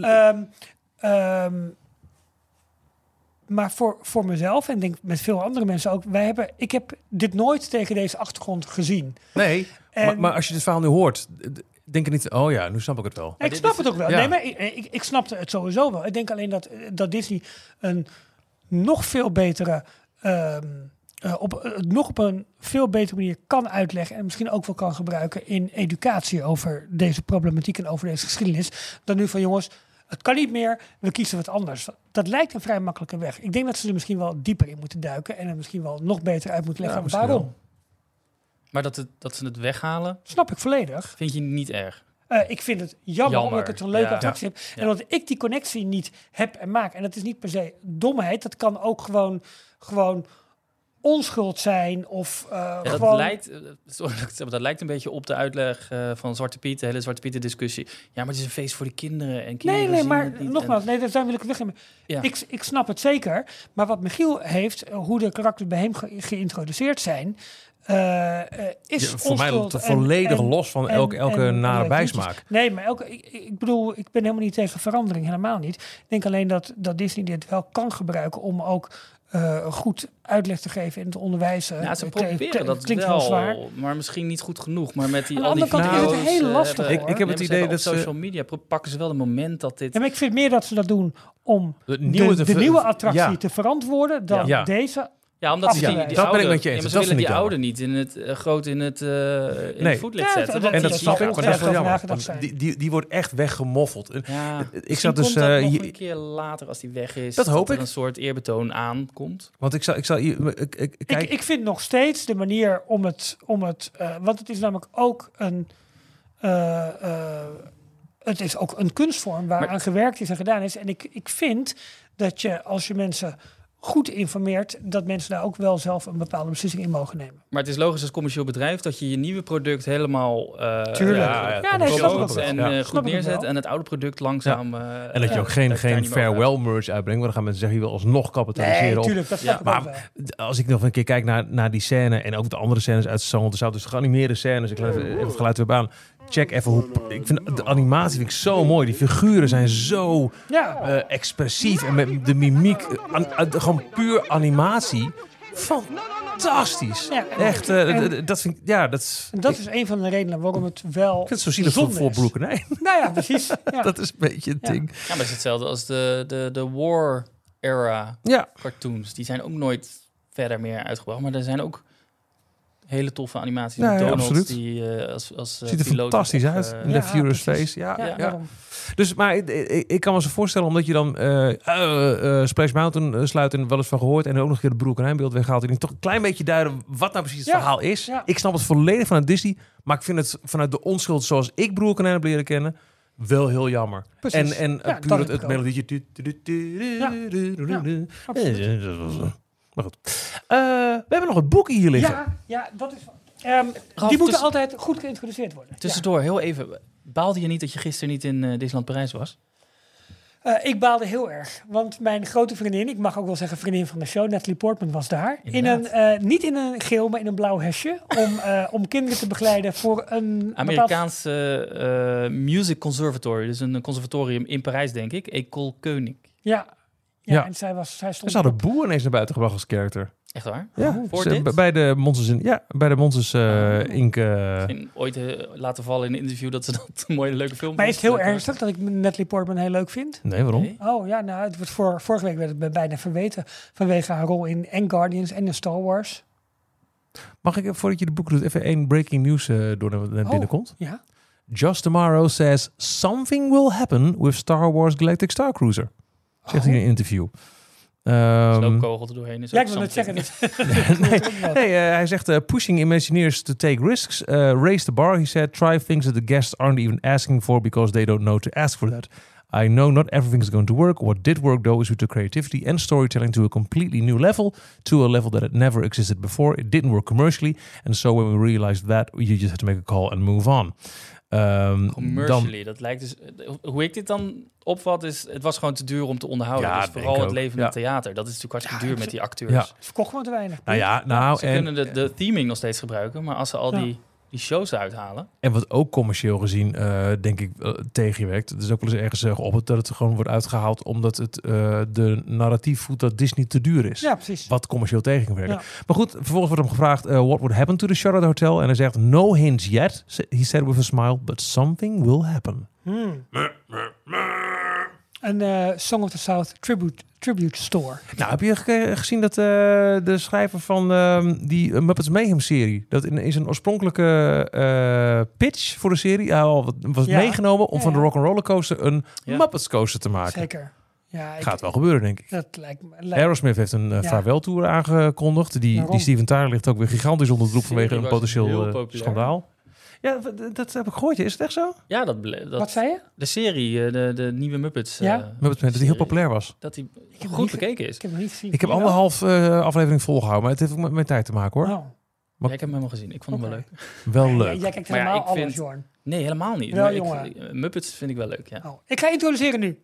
Maar voor mezelf en denk met veel andere mensen ook, ik heb dit nooit tegen deze achtergrond gezien. Nee, maar als je dit verhaal nu hoort, denk er niet... Oh ja, nu snap ik het wel. Nee, ik snap het ook wel. Ja. Nee, maar ik snapte het sowieso wel. Ik denk alleen dat Disney een nog veel betere... nog op een veel betere manier kan uitleggen... en misschien ook wel kan gebruiken in educatie... over deze problematiek en over deze geschiedenis... dan nu van jongens, het kan niet meer, we kiezen wat anders. Dat lijkt een vrij makkelijke weg. Ik denk dat ze er misschien wel dieper in moeten duiken... en er misschien wel nog beter uit moeten leggen misschien waarom. wel. Maar dat ze het weghalen, Snap ik volledig. vind je niet erg? Ik vind het jammer omdat ik het een leuke Ja. attractie heb. Ja. En omdat ik die connectie niet heb en maak. En dat is niet per se domheid. Dat kan ook gewoon onschuld zijn. Of Ja, gewoon... dat lijkt een beetje op de uitleg van Zwarte Piet, de hele Zwarte Pieten discussie. Ja, maar het is een feest voor de kinderen. En kinderen Nee, zien maar het niet. nogmaals, daar wil ik het wegnemen. Ja. Ik snap het zeker. Maar wat Michiel heeft, hoe de karakters bij hem geïntroduceerd zijn... is Voor mij onschuld volledig en- los van en- elke en nare leuke bijsmaak. liedjes. Nee, maar ik bedoel, ik ben helemaal niet tegen verandering, helemaal niet. Ik denk alleen dat Disney dit wel kan gebruiken om ook goed uitleg te geven in het onderwijzen. Ja, ze proberen dat klinkt wel, heel zwaar. maar misschien niet goed genoeg. Maar met die Aan de al die andere kant is het video's, heel lastig, hebben- hoor. Ik heb het ze idee hebben dat op ze... social media pakken ze wel het moment dat dit... Ja, maar ik vind meer dat ze dat doen om Het nieuwe de te ver- nieuwe attractie ja. te verantwoorden dan Ja. deze. Ja, omdat ze Ja, die dat ben ik oude, met je eens. Ja, maar Dat ze willen vind ik die oude niet in het groot in het voetlicht Ja, zetten. dat- want En die- dat die snap ik, gaat maar dat is wel over jammer. nagedacht Want zijn. die wordt echt weggemoffeld. En Ja, ik misschien zat dus... komt dat nog hier- een keer later als die weg is. Dat hoop er ik. een soort eerbetoon aankomt. Want ik zal kijk, Ik vind nog steeds de manier om het want het is namelijk ook het is ook een kunstvorm waaraan gewerkt is en gedaan is. En ik vind dat je, als je mensen goed informeert, dat mensen daar ook wel zelf een bepaalde beslissing in mogen nemen. Maar het is logisch als commercieel bedrijf dat je je nieuwe product helemaal Tuurlijk. Ja, nee, snap ik ook promoot wel. en Ja. goed Snap ik ook neerzet wel. en het oude product langzaam... en dat je ook geen farewell merch uitbrengt. Want dan gaan mensen zeggen, je wil alsnog kapitaliseren Nee, op... tuurlijk, dat snap ik ook wel. Maar als ik nog een keer kijk naar die scène en ook de andere scènes uit Sound, dus de geanimeerde scènes, ik laat even het geluid weer op aan. Check even hoe... Ik vind de animatie vind ik zo mooi. Die figuren zijn zo Ja. expressief en met de mimiek, gewoon puur animatie. Fantastisch. Ja, Echt, dat vind ik... Ja, dat is... En dat is een van de redenen waarom het wel Ik vind het zo zielig voor zonde is. Broekenij. Nou ja, precies. Ja. Dat is een beetje het Ja. ding. Ja, maar het is hetzelfde als de War era Ja, cartoons. Die zijn ook nooit verder meer uitgebracht. Maar er zijn ook hele toffe animaties. Ja, met ja, Donald absoluut. die als ziet er piloot fantastisch op, uit. In ja, de Furious precies. Face. Ja, Ja, ja. daarom. Dus, maar ik kan me zo voorstellen, omdat je dan Splash Mountain sluit en wel eens van gehoord en ook nog een keer de Broekenijnbeeld weghaalt. En toch een klein beetje duiden wat nou precies het Ja, verhaal is. ja. Ik snap het volledig vanuit Disney, maar ik vind het vanuit de onschuld zoals ik Broekenij heb leren kennen, wel heel jammer. Precies. En Ja, puur dat het heb ik ook. melodietje. absoluut. Maar goed. We hebben nog het boek hier liggen. Ja, dat is... Ralf, die moeten dus- altijd goed geïntroduceerd worden. Tussendoor, heel even. Baalde je niet dat je gisteren niet in Disneyland Parijs was? Ik baalde heel erg, want mijn grote vriendin, ik mag ook wel zeggen vriendin van de show, Natalie Portman was daar. Inderdaad. Niet in een geel, maar in een blauw hesje. Om kinderen te begeleiden voor een bepaald... Amerikaanse Music Conservatory. Dus een conservatorium in Parijs, denk ik. École Koning. Ja, Ja. en zij stond... Ze hadden Boe ineens naar buiten gebracht als character. Echt waar? Ja, Voor ze- dit? bij de Monsters Inc. Misschien ooit laten vallen in een interview dat ze dat een mooie leuke film Maar is het heel vonden. ernstig dat ik Natalie Portman heel leuk vind? Nee, waarom? Nee. Oh ja, nou, het wordt vorige week werd het me bijna verweten vanwege haar rol in Guardians en in Star Wars. Mag ik, voordat je de boek doet, even één breaking news door naar binnen komt? Ja. Josh Tomorrow says something will happen with Star Wars Galactic Star Cruiser. Zegt hij in een interview. Sloopkogel er doorheen is Ja, ook ik wil net something. Nee, zeggen. hij zegt pushing Imagineers to take risks. Raise the bar, he said. Try things that the guests aren't even asking for because they don't know to ask for that. I know not everything is going to work. What did work though is we took creativity and storytelling to a completely new level, to a level that had never existed before. It didn't work commercially. And so when we realized that, you just have to make a call and move on. Commercially, dat lijkt dus... Hoe ik dit dan opvat is, het was gewoon te duur om te onderhouden. Ja, dus denk vooral ik het ook. levende Ja. theater. Dat is natuurlijk hartstikke duur met die acteurs. Ja. Het verkocht gewoon te weinig. Nou ja, nou Ze en kunnen de theming nog steeds gebruiken, maar als ze al Ja. die die shows uithalen. En wat ook commercieel gezien, denk ik, tegenwerkt. Het is ook wel eens ergens geopperd dat het gewoon wordt uitgehaald omdat het de narratief voedt dat Disney te duur is. Ja, precies. Wat commercieel tegen kan werken. Ja. Maar goed, vervolgens wordt hem gevraagd, what would happen to the Charlotte Hotel? En hij zegt, no hints yet, he said with a smile, but something will happen. Een Song of the South tribute store. Nou, heb je gezien dat de schrijver van die Muppets Mayhem serie, dat in zijn oorspronkelijke pitch voor de serie was meegenomen om van de Rock'n'Roller Coaster een Muppets coaster te maken. Zeker. Ja, Gaat wel gebeuren, denk ik. Dat lijkt me. Aerosmith heeft een vaarweltour aangekondigd. Die Steven Tyler ligt ook weer gigantisch onder de loep vanwege een potentieel schandaal. Ja, dat heb ik gehoord. Is het echt zo? Ja, Wat zei je? De serie, de nieuwe Muppets. Muppets dat die heel populair was. Dat die goed bekeken is. Ik heb hem niet gezien. Ik heb 1,5 aflevering volgehouden, maar het heeft ook met tijd te maken, hoor. Oh. Ja, ik heb hem helemaal gezien. Ik vond hem wel leuk. Wel leuk. Jij kijkt Maar helemaal ik alles, vind- Jorn. Nee, helemaal niet. Wel, Maar jongen. Muppets vind ik wel leuk, ja. Oh. Ik ga introduceren nu.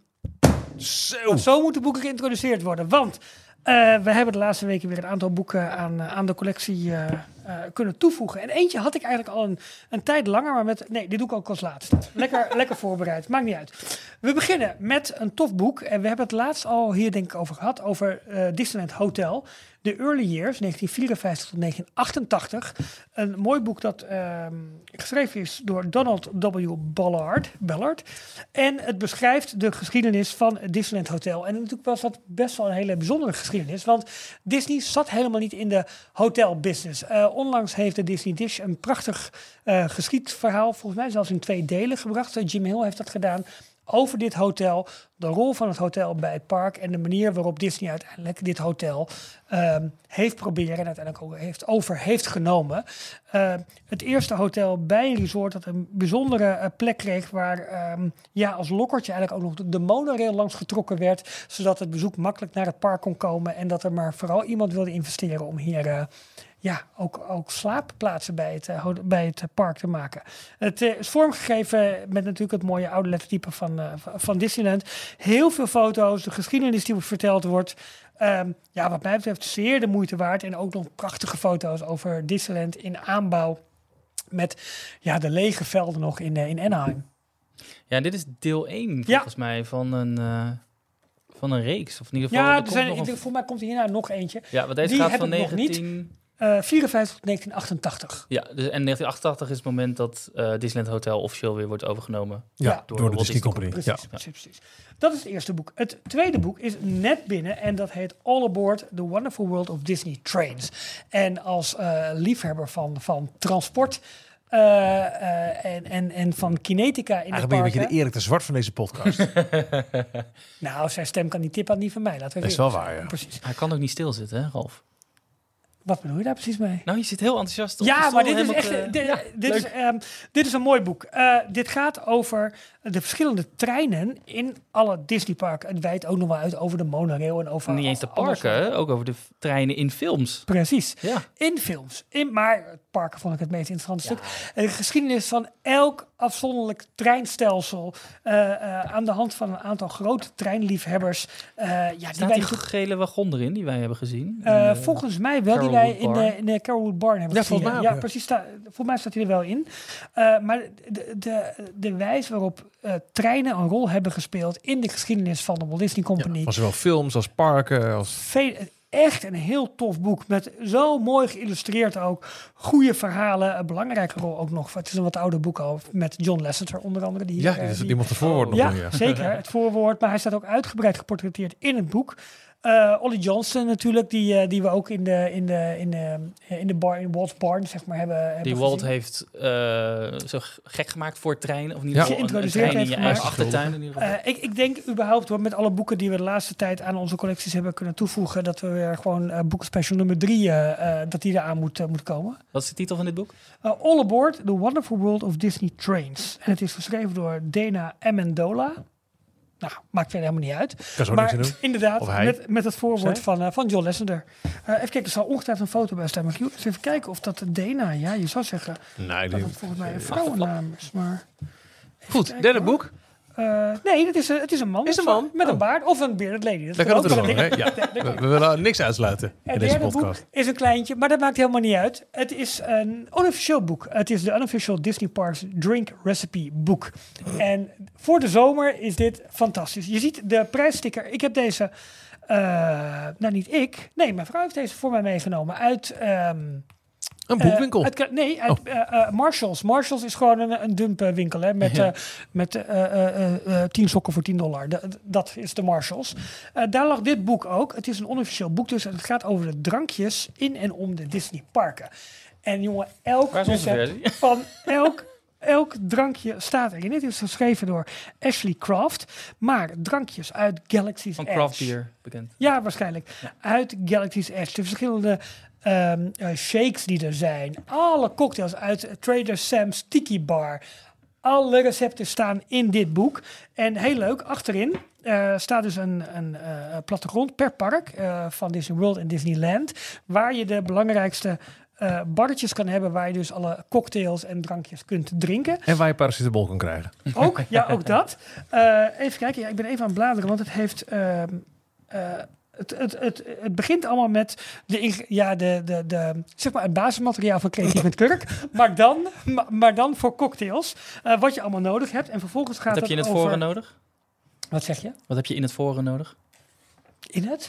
Zo moeten boeken geïntroduceerd worden. Want we hebben de laatste weken weer een aantal boeken aan de collectie kunnen toevoegen. En eentje had ik eigenlijk al een tijd langer, maar nee, dit doe ik ook als laatste. Lekker voorbereid, maakt niet uit. We beginnen met een tof boek. En we hebben het laatst al hier denk ik over gehad, over Disneyland Hotel. The Early Years, 1954 tot 1988. Een mooi boek dat geschreven is door Donald W. Ballard. En het beschrijft de geschiedenis van het Disneyland Hotel. En natuurlijk was dat best wel een hele bijzondere geschiedenis. Want Disney zat helemaal niet in de hotelbusiness. Onlangs heeft de Disney Dish een prachtig geschiedverhaal, volgens mij zelfs in 2 delen gebracht. Jim Hill heeft dat gedaan. Over dit hotel, de rol van het hotel bij het park en de manier waarop Disney uiteindelijk dit hotel heeft proberen en uiteindelijk ook heeft genomen. Het eerste hotel bij een resort dat een bijzondere plek kreeg waar als lokkertje eigenlijk ook nog de monorail langs getrokken werd, zodat het bezoek makkelijk naar het park kon komen en dat er maar vooral iemand wilde investeren om hier ook slaapplaatsen bij het park te maken. Het is vormgegeven met natuurlijk het mooie oude lettertype van Disneyland. Heel veel foto's, de geschiedenis die verteld wordt. Wat mij betreft zeer de moeite waard. En ook nog prachtige foto's over Disneyland in aanbouw. Met de lege velden nog in Anaheim. Ja, dit is deel 1 volgens mij van een reeks. Of in ieder geval, voor mij komt er hierna nog eentje. Ja, want deze gaat van 54 tot 1988. Ja, dus, en 1988 is het moment dat Disneyland Hotel officieel weer wordt overgenomen. Ja, door de Disney Company. Precies. Dat is het eerste boek. Het tweede boek is net binnen en dat heet All Aboard the Wonderful World of Disney Trains. En als liefhebber van transport en van kinetica in eigenlijk de parken. ben je een beetje de Erik de Zwart van deze podcast. Nou, zijn stem kan die tip aan niet van mij. Laten we dat is wel waar, ja. Precies. Hij kan ook niet stilzitten, hè, Ralf? Wat bedoel je daar precies mee? Nou, je zit heel enthousiast op Ja, maar dit is echt. Dit is een mooi boek. Dit gaat over de verschillende treinen in alle Disneyparken. Het wijdt ook nog wel uit over de monorail en over. Niet eens de parken, ook over de treinen in films. Precies. Ja. In films. Maar het parken vond ik het meest interessante stuk. De geschiedenis van elk afzonderlijk treinstelsel aan de hand van een aantal grote treinliefhebbers. Staat die gele wagon erin die wij hebben gezien? Volgens mij wel, die wij in de Carolwood Barn hebben gezien. Volgens mij ook, precies. Volgens mij staat hij er wel in. Maar de wijze waarop treinen een rol hebben gespeeld in de geschiedenis van de Walt Disney Company. Van zowel films als parken. Echt een heel tof boek. Met zo mooi geïllustreerd ook. Goede verhalen. Een belangrijke rol ook nog. Het is een wat ouder boek al. Met John Lasseter onder andere. Die mocht het voorwoord nog doen. Ja, zeker. Het voorwoord. Maar hij staat ook uitgebreid geportretteerd in het boek. Ollie Johnston natuurlijk, die we ook in de bar, in Walt's Barn, zeg maar, hebben die Walt heeft zo gek gemaakt voor treinen. Of niet geïntroduceerd in je eigen achtertuin. In ieder geval. Ik denk überhaupt, met alle boeken die we de laatste tijd aan onze collecties hebben kunnen toevoegen, dat we weer gewoon boekenspecial nummer 3, dat die eraan moet komen. Wat is de titel van dit boek? All Aboard the Wonderful World of Disney Trains. En het is geschreven door Dana Amendola. Nou, maakt verder helemaal niet uit. Kan zo maar niks aan doen. Inderdaad, met het voorwoord van John Lasseter. Even kijken, er zal ongetwijfeld een foto bij staan. Maar eens even kijken of dat Dana, je zou zeggen nee, dat het volgens mij een vrouwennaam is. Maar goed, derde boek. Nee, het is een man. Is een man? Met een baard of een bearded lady. Dat kan het er ook, hè? Ja. We willen niks uitsluiten in deze podcast. Boek is een kleintje, maar dat maakt helemaal niet uit. Het is een unofficieel boek. Het is de Unofficial Disney Parks Drink Recipe boek. En voor de zomer is dit fantastisch. Je ziet de prijssticker. Ik heb deze... niet ik. Nee, mijn vrouw heeft deze voor mij meegenomen uit... Een boekwinkel? Uit Marshalls. Marshalls is gewoon een dumpwinkel hè, met 10 sokken voor $10. Dat is de Marshalls. Daar lag dit boek ook. Het is een onofficieel boek, dus het gaat over de drankjes in en om de Disney parken. En jongen, elk recept van elk drankje staat erin. Dit is geschreven door Ashley Craft. Maar drankjes uit Galaxy's Edge. Van Craft Beer bekend. Ja, waarschijnlijk. Ja. Uit Galaxy's Edge. De verschillende shakes die er zijn. Alle cocktails uit Trader Sam's Tiki Bar. Alle recepten staan in dit boek. En heel leuk, achterin staat dus een plattegrond per park van Disney World en Disneyland. Waar je de belangrijkste barretjes kan hebben waar je dus alle cocktails en drankjes kunt drinken. En waar je paracetamol kan krijgen. Ook, ja, ook dat. Even kijken, ja, ik ben even aan het bladeren, want het heeft... Het begint allemaal met zeg maar het basismateriaal van Creatief met Kurk, maar dan voor cocktails. Wat je allemaal nodig hebt. En vervolgens gaat het over... Wat heb je in het voren nodig? Wat zeg je? Wat heb je in het voren nodig? In het?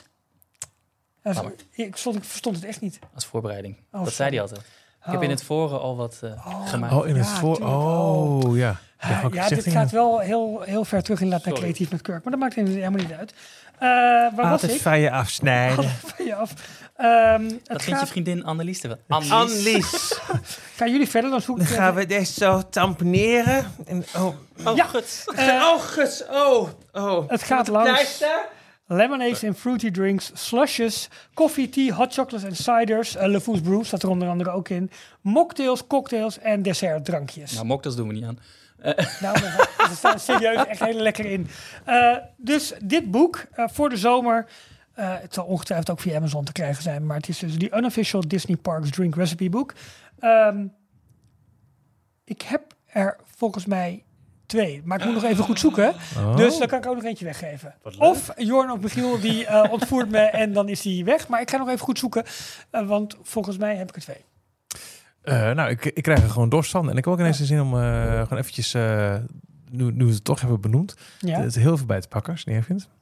Ik verstond het echt niet. Als voorbereiding. Oh, dat zei hij altijd. Ik heb in het voren al wat gemaakt. Oh, in het voren. Oh, ja. Dit gaat wel heel ver terug in naar Creatief met Kurk. Maar dat maakt helemaal niet uit. Waar was ik? van je afsnijden. Van je af. Dat vindt je vriendin Annelies te wel. Annelies. Gaan jullie verder? Dan zoek ik gaan we deze zo tamponeren. Guts. Het gaat langs lemonades en fruity drinks, slushes, koffie, tea, hot chocolates en ciders. Le Fous Brew staat er onder andere ook in. Mocktails, cocktails en dessertdrankjes. Nou, mocktails doen we niet aan. Er staan serieus echt hele lekker in. Dus dit boek voor de zomer... het zal ongetwijfeld ook via Amazon te krijgen zijn. Maar het is dus die Unofficial Disney Parks Drink Recipe boek. Ik heb er volgens mij 2. Maar ik moet nog even goed zoeken. Oh. Dus dan kan ik ook nog eentje weggeven. Of Jorn of Michiel die ontvoert me en dan is die weg. Maar ik ga nog even goed zoeken. Want volgens mij heb ik er 2. Ik krijg er gewoon dorst van. En ik heb ook ineens de zin om gewoon eventjes... nu we het toch hebben benoemd. Ja. Het heel veel bij te pakken, als je het niet vindt.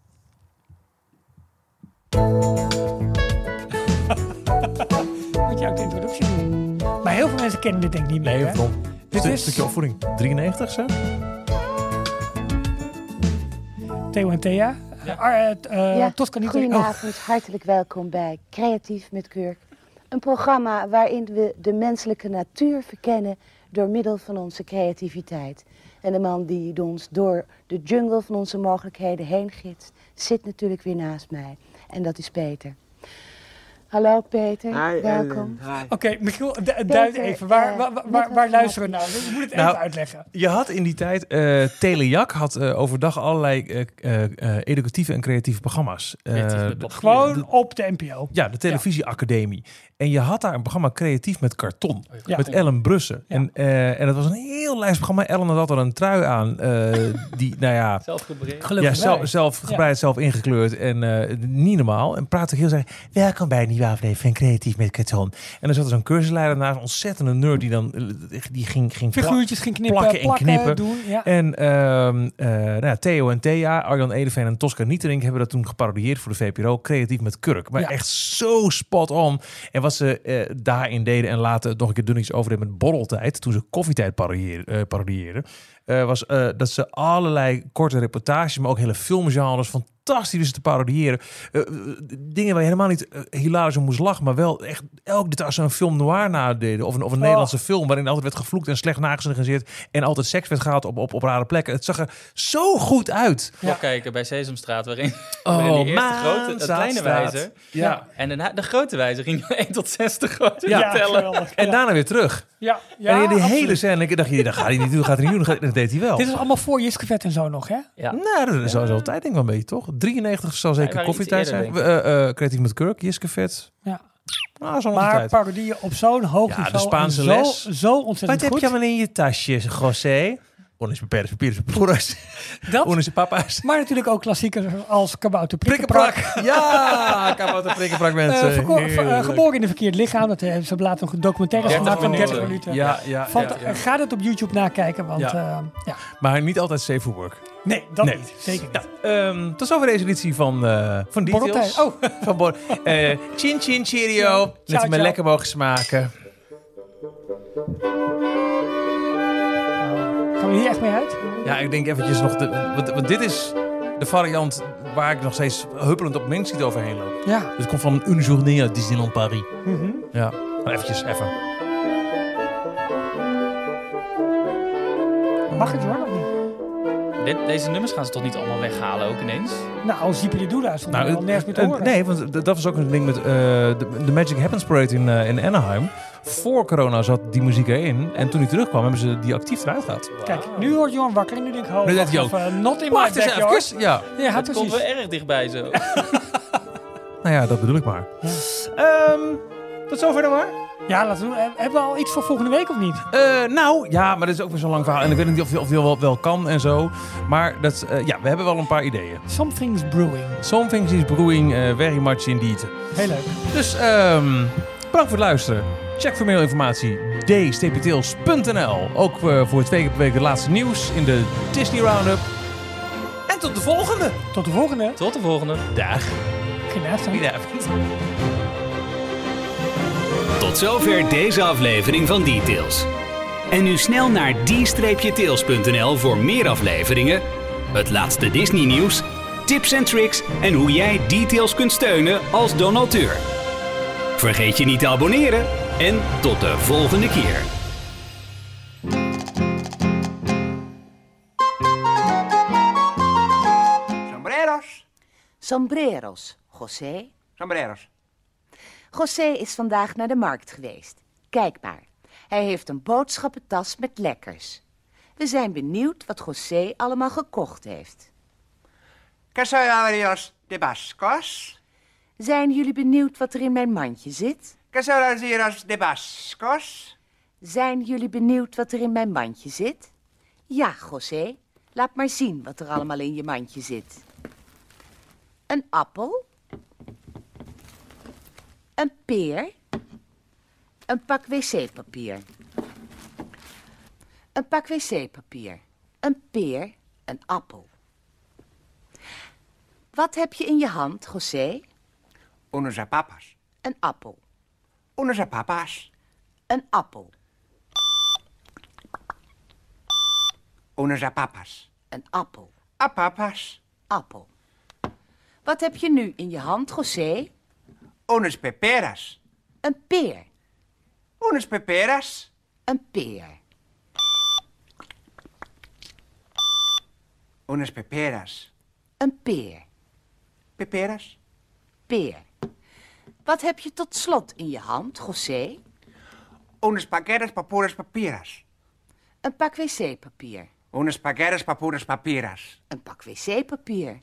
Moet je ook de introductie doen. Maar heel veel mensen kennen dit denk ik niet meer. Nee, dit is een stukje opvoeding. 93, zo? Theo en Thea. Goedenavond, hartelijk welkom bij Creatief met Kurk. Een programma waarin we de menselijke natuur verkennen door middel van onze creativiteit. En de man die ons door de jungle van onze mogelijkheden heen gidst, zit natuurlijk weer naast mij. En dat is Peter. Hallo Peter, hi, welkom. Oké, Michiel, duid even. Waar luisteren we nou? Je moet het even uitleggen. Je had in die tijd... Telejak had overdag allerlei educatieve en creatieve programma's. Gewoon op de NPO. Ja, de televisieacademie. En je had daar een programma Creatief met Karton. Ja. Met Ellen Brussen. Ja. En dat was een heel lijstprogramma. Ellen had er een trui aan. Die, nou ja... zelf gebreid, zelf ingekleurd. En niet normaal. En praatte heel zei... Welkom bij een nieuwe aflevering van Creatief met Karton. En dan zat er zo'n cursusleider naast. Een ontzettende nerd die ging figuurtjes ging knippen, plakken en knippen. Doen, ja. En Theo en Thea, Arjan Edeveen en Tosca Nieterink hebben dat toen geparodieerd voor de VPRO. Creatief met Kurk. Maar echt zo spot on. En wat ze daarin deden en later nog een keer dunnetjes over met Borreltijd, toen ze Koffietijd parodieerden, was dat ze allerlei korte reportages, maar ook hele filmgenres fantastisch te parodiëren. Dingen waar je helemaal niet hilarisch om moest lachen, maar wel echt elk detail als ze een film noir nadeden of een Nederlandse film waarin altijd werd gevloekt en slecht nagezicht en altijd seks werd gehad op rare plekken. Het zag er zo goed uit. Ja. Kijken bij Sesamstraat waarin die eerste grote, het kleine wijzer. Ja. En de grote wijzer ging 1 tot 60 grote tellen. Geweldig, en daarna weer terug. Ja, en die hele scène, ik dacht, dat gaat hij niet doen, gaat hij niet doen. Dat deed hij wel. Dit is allemaal voor Jiske Vet en zo nog, hè? Ja. Nou, dat is altijd denk ik wel een beetje, toch? 93 zal zeker Koffietijd zijn. Creatief met Kurk, Jiske Vet. Ja. Maar parodieën op zo'n hoog niveau. De Spaanse les. Zo ontzettend Wat goed. Wat heb je allemaal in je tasje, José? Unos paperas. Dat, Unos papa's. maar natuurlijk ook klassiekers als Kabouter Prikkenprak. Ja, kabouter prikkenprak mensen. Geboren in een verkeerd lichaam. Dat hebben ze later nog documentaires 30 gemaakt van 30 minuten. minuten. Ja. Ga het op YouTube nakijken, want Ja. Maar niet altijd safe for work. Nee, dat niet. Zeker niet. Tot zover deze editie van Details. Borreltijd. Oh. Van chin chin cheerio. Net Ciao, me ciao. lekker mogen smaken. Gaan we hier echt mee uit? Ja, ik denk eventjes nog... Want dit is de variant waar ik nog steeds huppelend op Main Street overheen loop. Ja. Dus het komt van Une Journée à Disneyland Paris. Mhm. Ja, maar even. Mag het hoor, nog niet? Deze nummers gaan ze toch niet allemaal weghalen ook ineens? Nou, Ziepje Doela stond er al nergens meer te horen. Nee, want dat was ook een ding met de Magic Happens Parade in Anaheim. Voor corona zat die muziek erin. En toen hij terugkwam, hebben ze die actief eruit gehad. Kijk, nu wordt Johan wakker en nu denk ik, Nu denkt hij ook, not in my wacht eens backyard. even. Ja, Ja, Het komt precies. wel erg dichtbij zo. nou ja, dat bedoel ik maar. Tot zover dan maar. Ja, laten we doen. Hebben we al iets voor volgende week of niet? Nou, ja, maar dat is ook weer zo'n lang verhaal. En ik weet niet of je wel kan en zo. Maar dat, ja, we hebben wel een paar ideeën. Something's brewing. Something is brewing, very much indeed. Heel leuk. Dus bedankt voor het luisteren. Check voor meer informatie d-tails.nl. Ook voor 2 keer per week het laatste nieuws in de Disney Roundup. En tot de volgende. Tot de volgende. Tot de volgende. Dag. Goedenavond. Goedenavond. Tot zover deze aflevering van Details. En nu snel naar d-tails.nl voor meer afleveringen, het laatste Disney nieuws, tips en tricks en hoe jij Details kunt steunen als donateur. Vergeet je niet te abonneren en tot de volgende keer. Sombreros. Sombreros, José. Sombreros. José is vandaag naar de markt geweest. Kijk maar, hij heeft een boodschappentas met lekkers. We zijn benieuwd wat José allemaal gekocht heeft. Quesadillas de Bascos. Zijn jullie benieuwd wat er in mijn mandje zit? Quesadillas de Bascos. Zijn jullie benieuwd wat er in mijn mandje zit? Ja, José, laat maar zien wat er allemaal in je mandje zit. Een appel. Een peer. Een pak wc-papier. Een pak wc-papier. Een peer. Een appel. Wat heb je in je hand, José? Unos papas. Een appel. Unos papas. Een appel. Unos papas. Een appel. Papas. Appel. Wat heb je nu in je hand, José? Unos peperas. Een peer. Unos peperas. Een peer. Unos peperas. Een peer. Peperas. Peer. Wat heb je tot slot in je hand, José? Unos paquetes papuras papiras. Een pak wc-papier. Unos paquetes papuras papiras. Een pak wc-papier.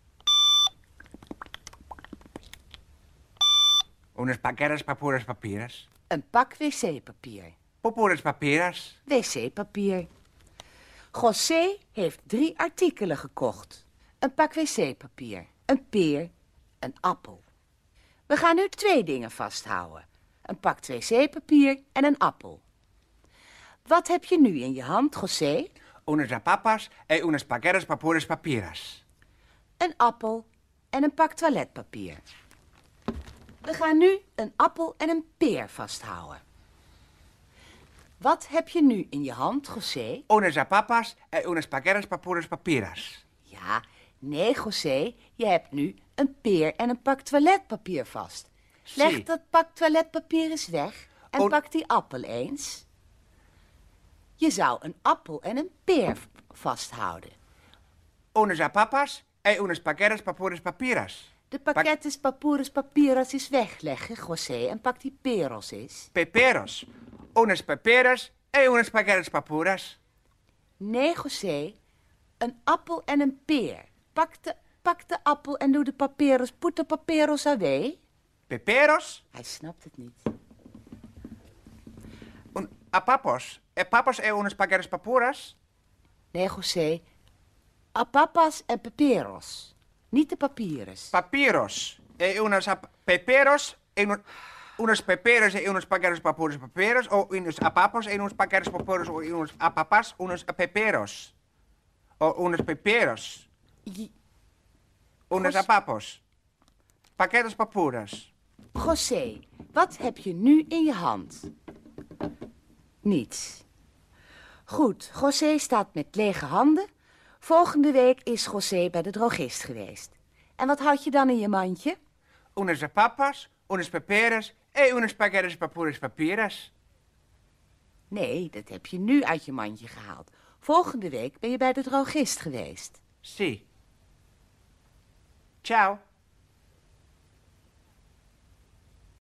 Unos paquetes papuras papiras. Een pak wc-papier. Papuras papiras. Wc-papier. José heeft 3 artikelen gekocht. Een pak wc-papier, een peer, een appel. We gaan nu 2 dingen vasthouden. Een pak wc-papier en een appel. Wat heb je nu in je hand, José? Unos papas en unos paquetes papuras papiras. Een appel en een pak toiletpapier. We gaan nu een appel en een peer vasthouden. Wat heb je nu in je hand, José? Unos papas en unos paquetes papuras papiras. Ja, nee, José, je hebt nu een peer en een pak toiletpapier vast. Leg Zie. dat pak toiletpapier eens weg en Oh. pak die appel eens. Je zou een appel en een peer vasthouden. Unos papas en unos paquetes papuras papiras. De pakkettes papuras papiras is wegleggen, José, en pak die perels eens. Peperos. Unos peperas en unos paquetes papuras. Nee, José, een appel en een peer. Pak de appel en doe de paperos, put de paperos away. Peperos. Hij snapt het niet. Papos. Papas en unos paquetes papuras. Nee, José. Papas en peperos. Niet de papyrus. Papiros. E unos peperos, unos peperos e unos paqueros paperos, o unos apapos e unos paqueros paperos, o unos apapas, unos peperos. O unos peperos. Unos apapos. Paqueros papuras. José, wat heb je nu in je hand? Niets. Goed, José staat met lege handen. Volgende week is José bij de drogist geweest. En wat houd je dan in je mandje? Unos papas, unos peperos e unos paqueros papiras. Nee, dat heb je nu uit je mandje gehaald. Volgende week ben je bij de drogist geweest. Sí. Ciao.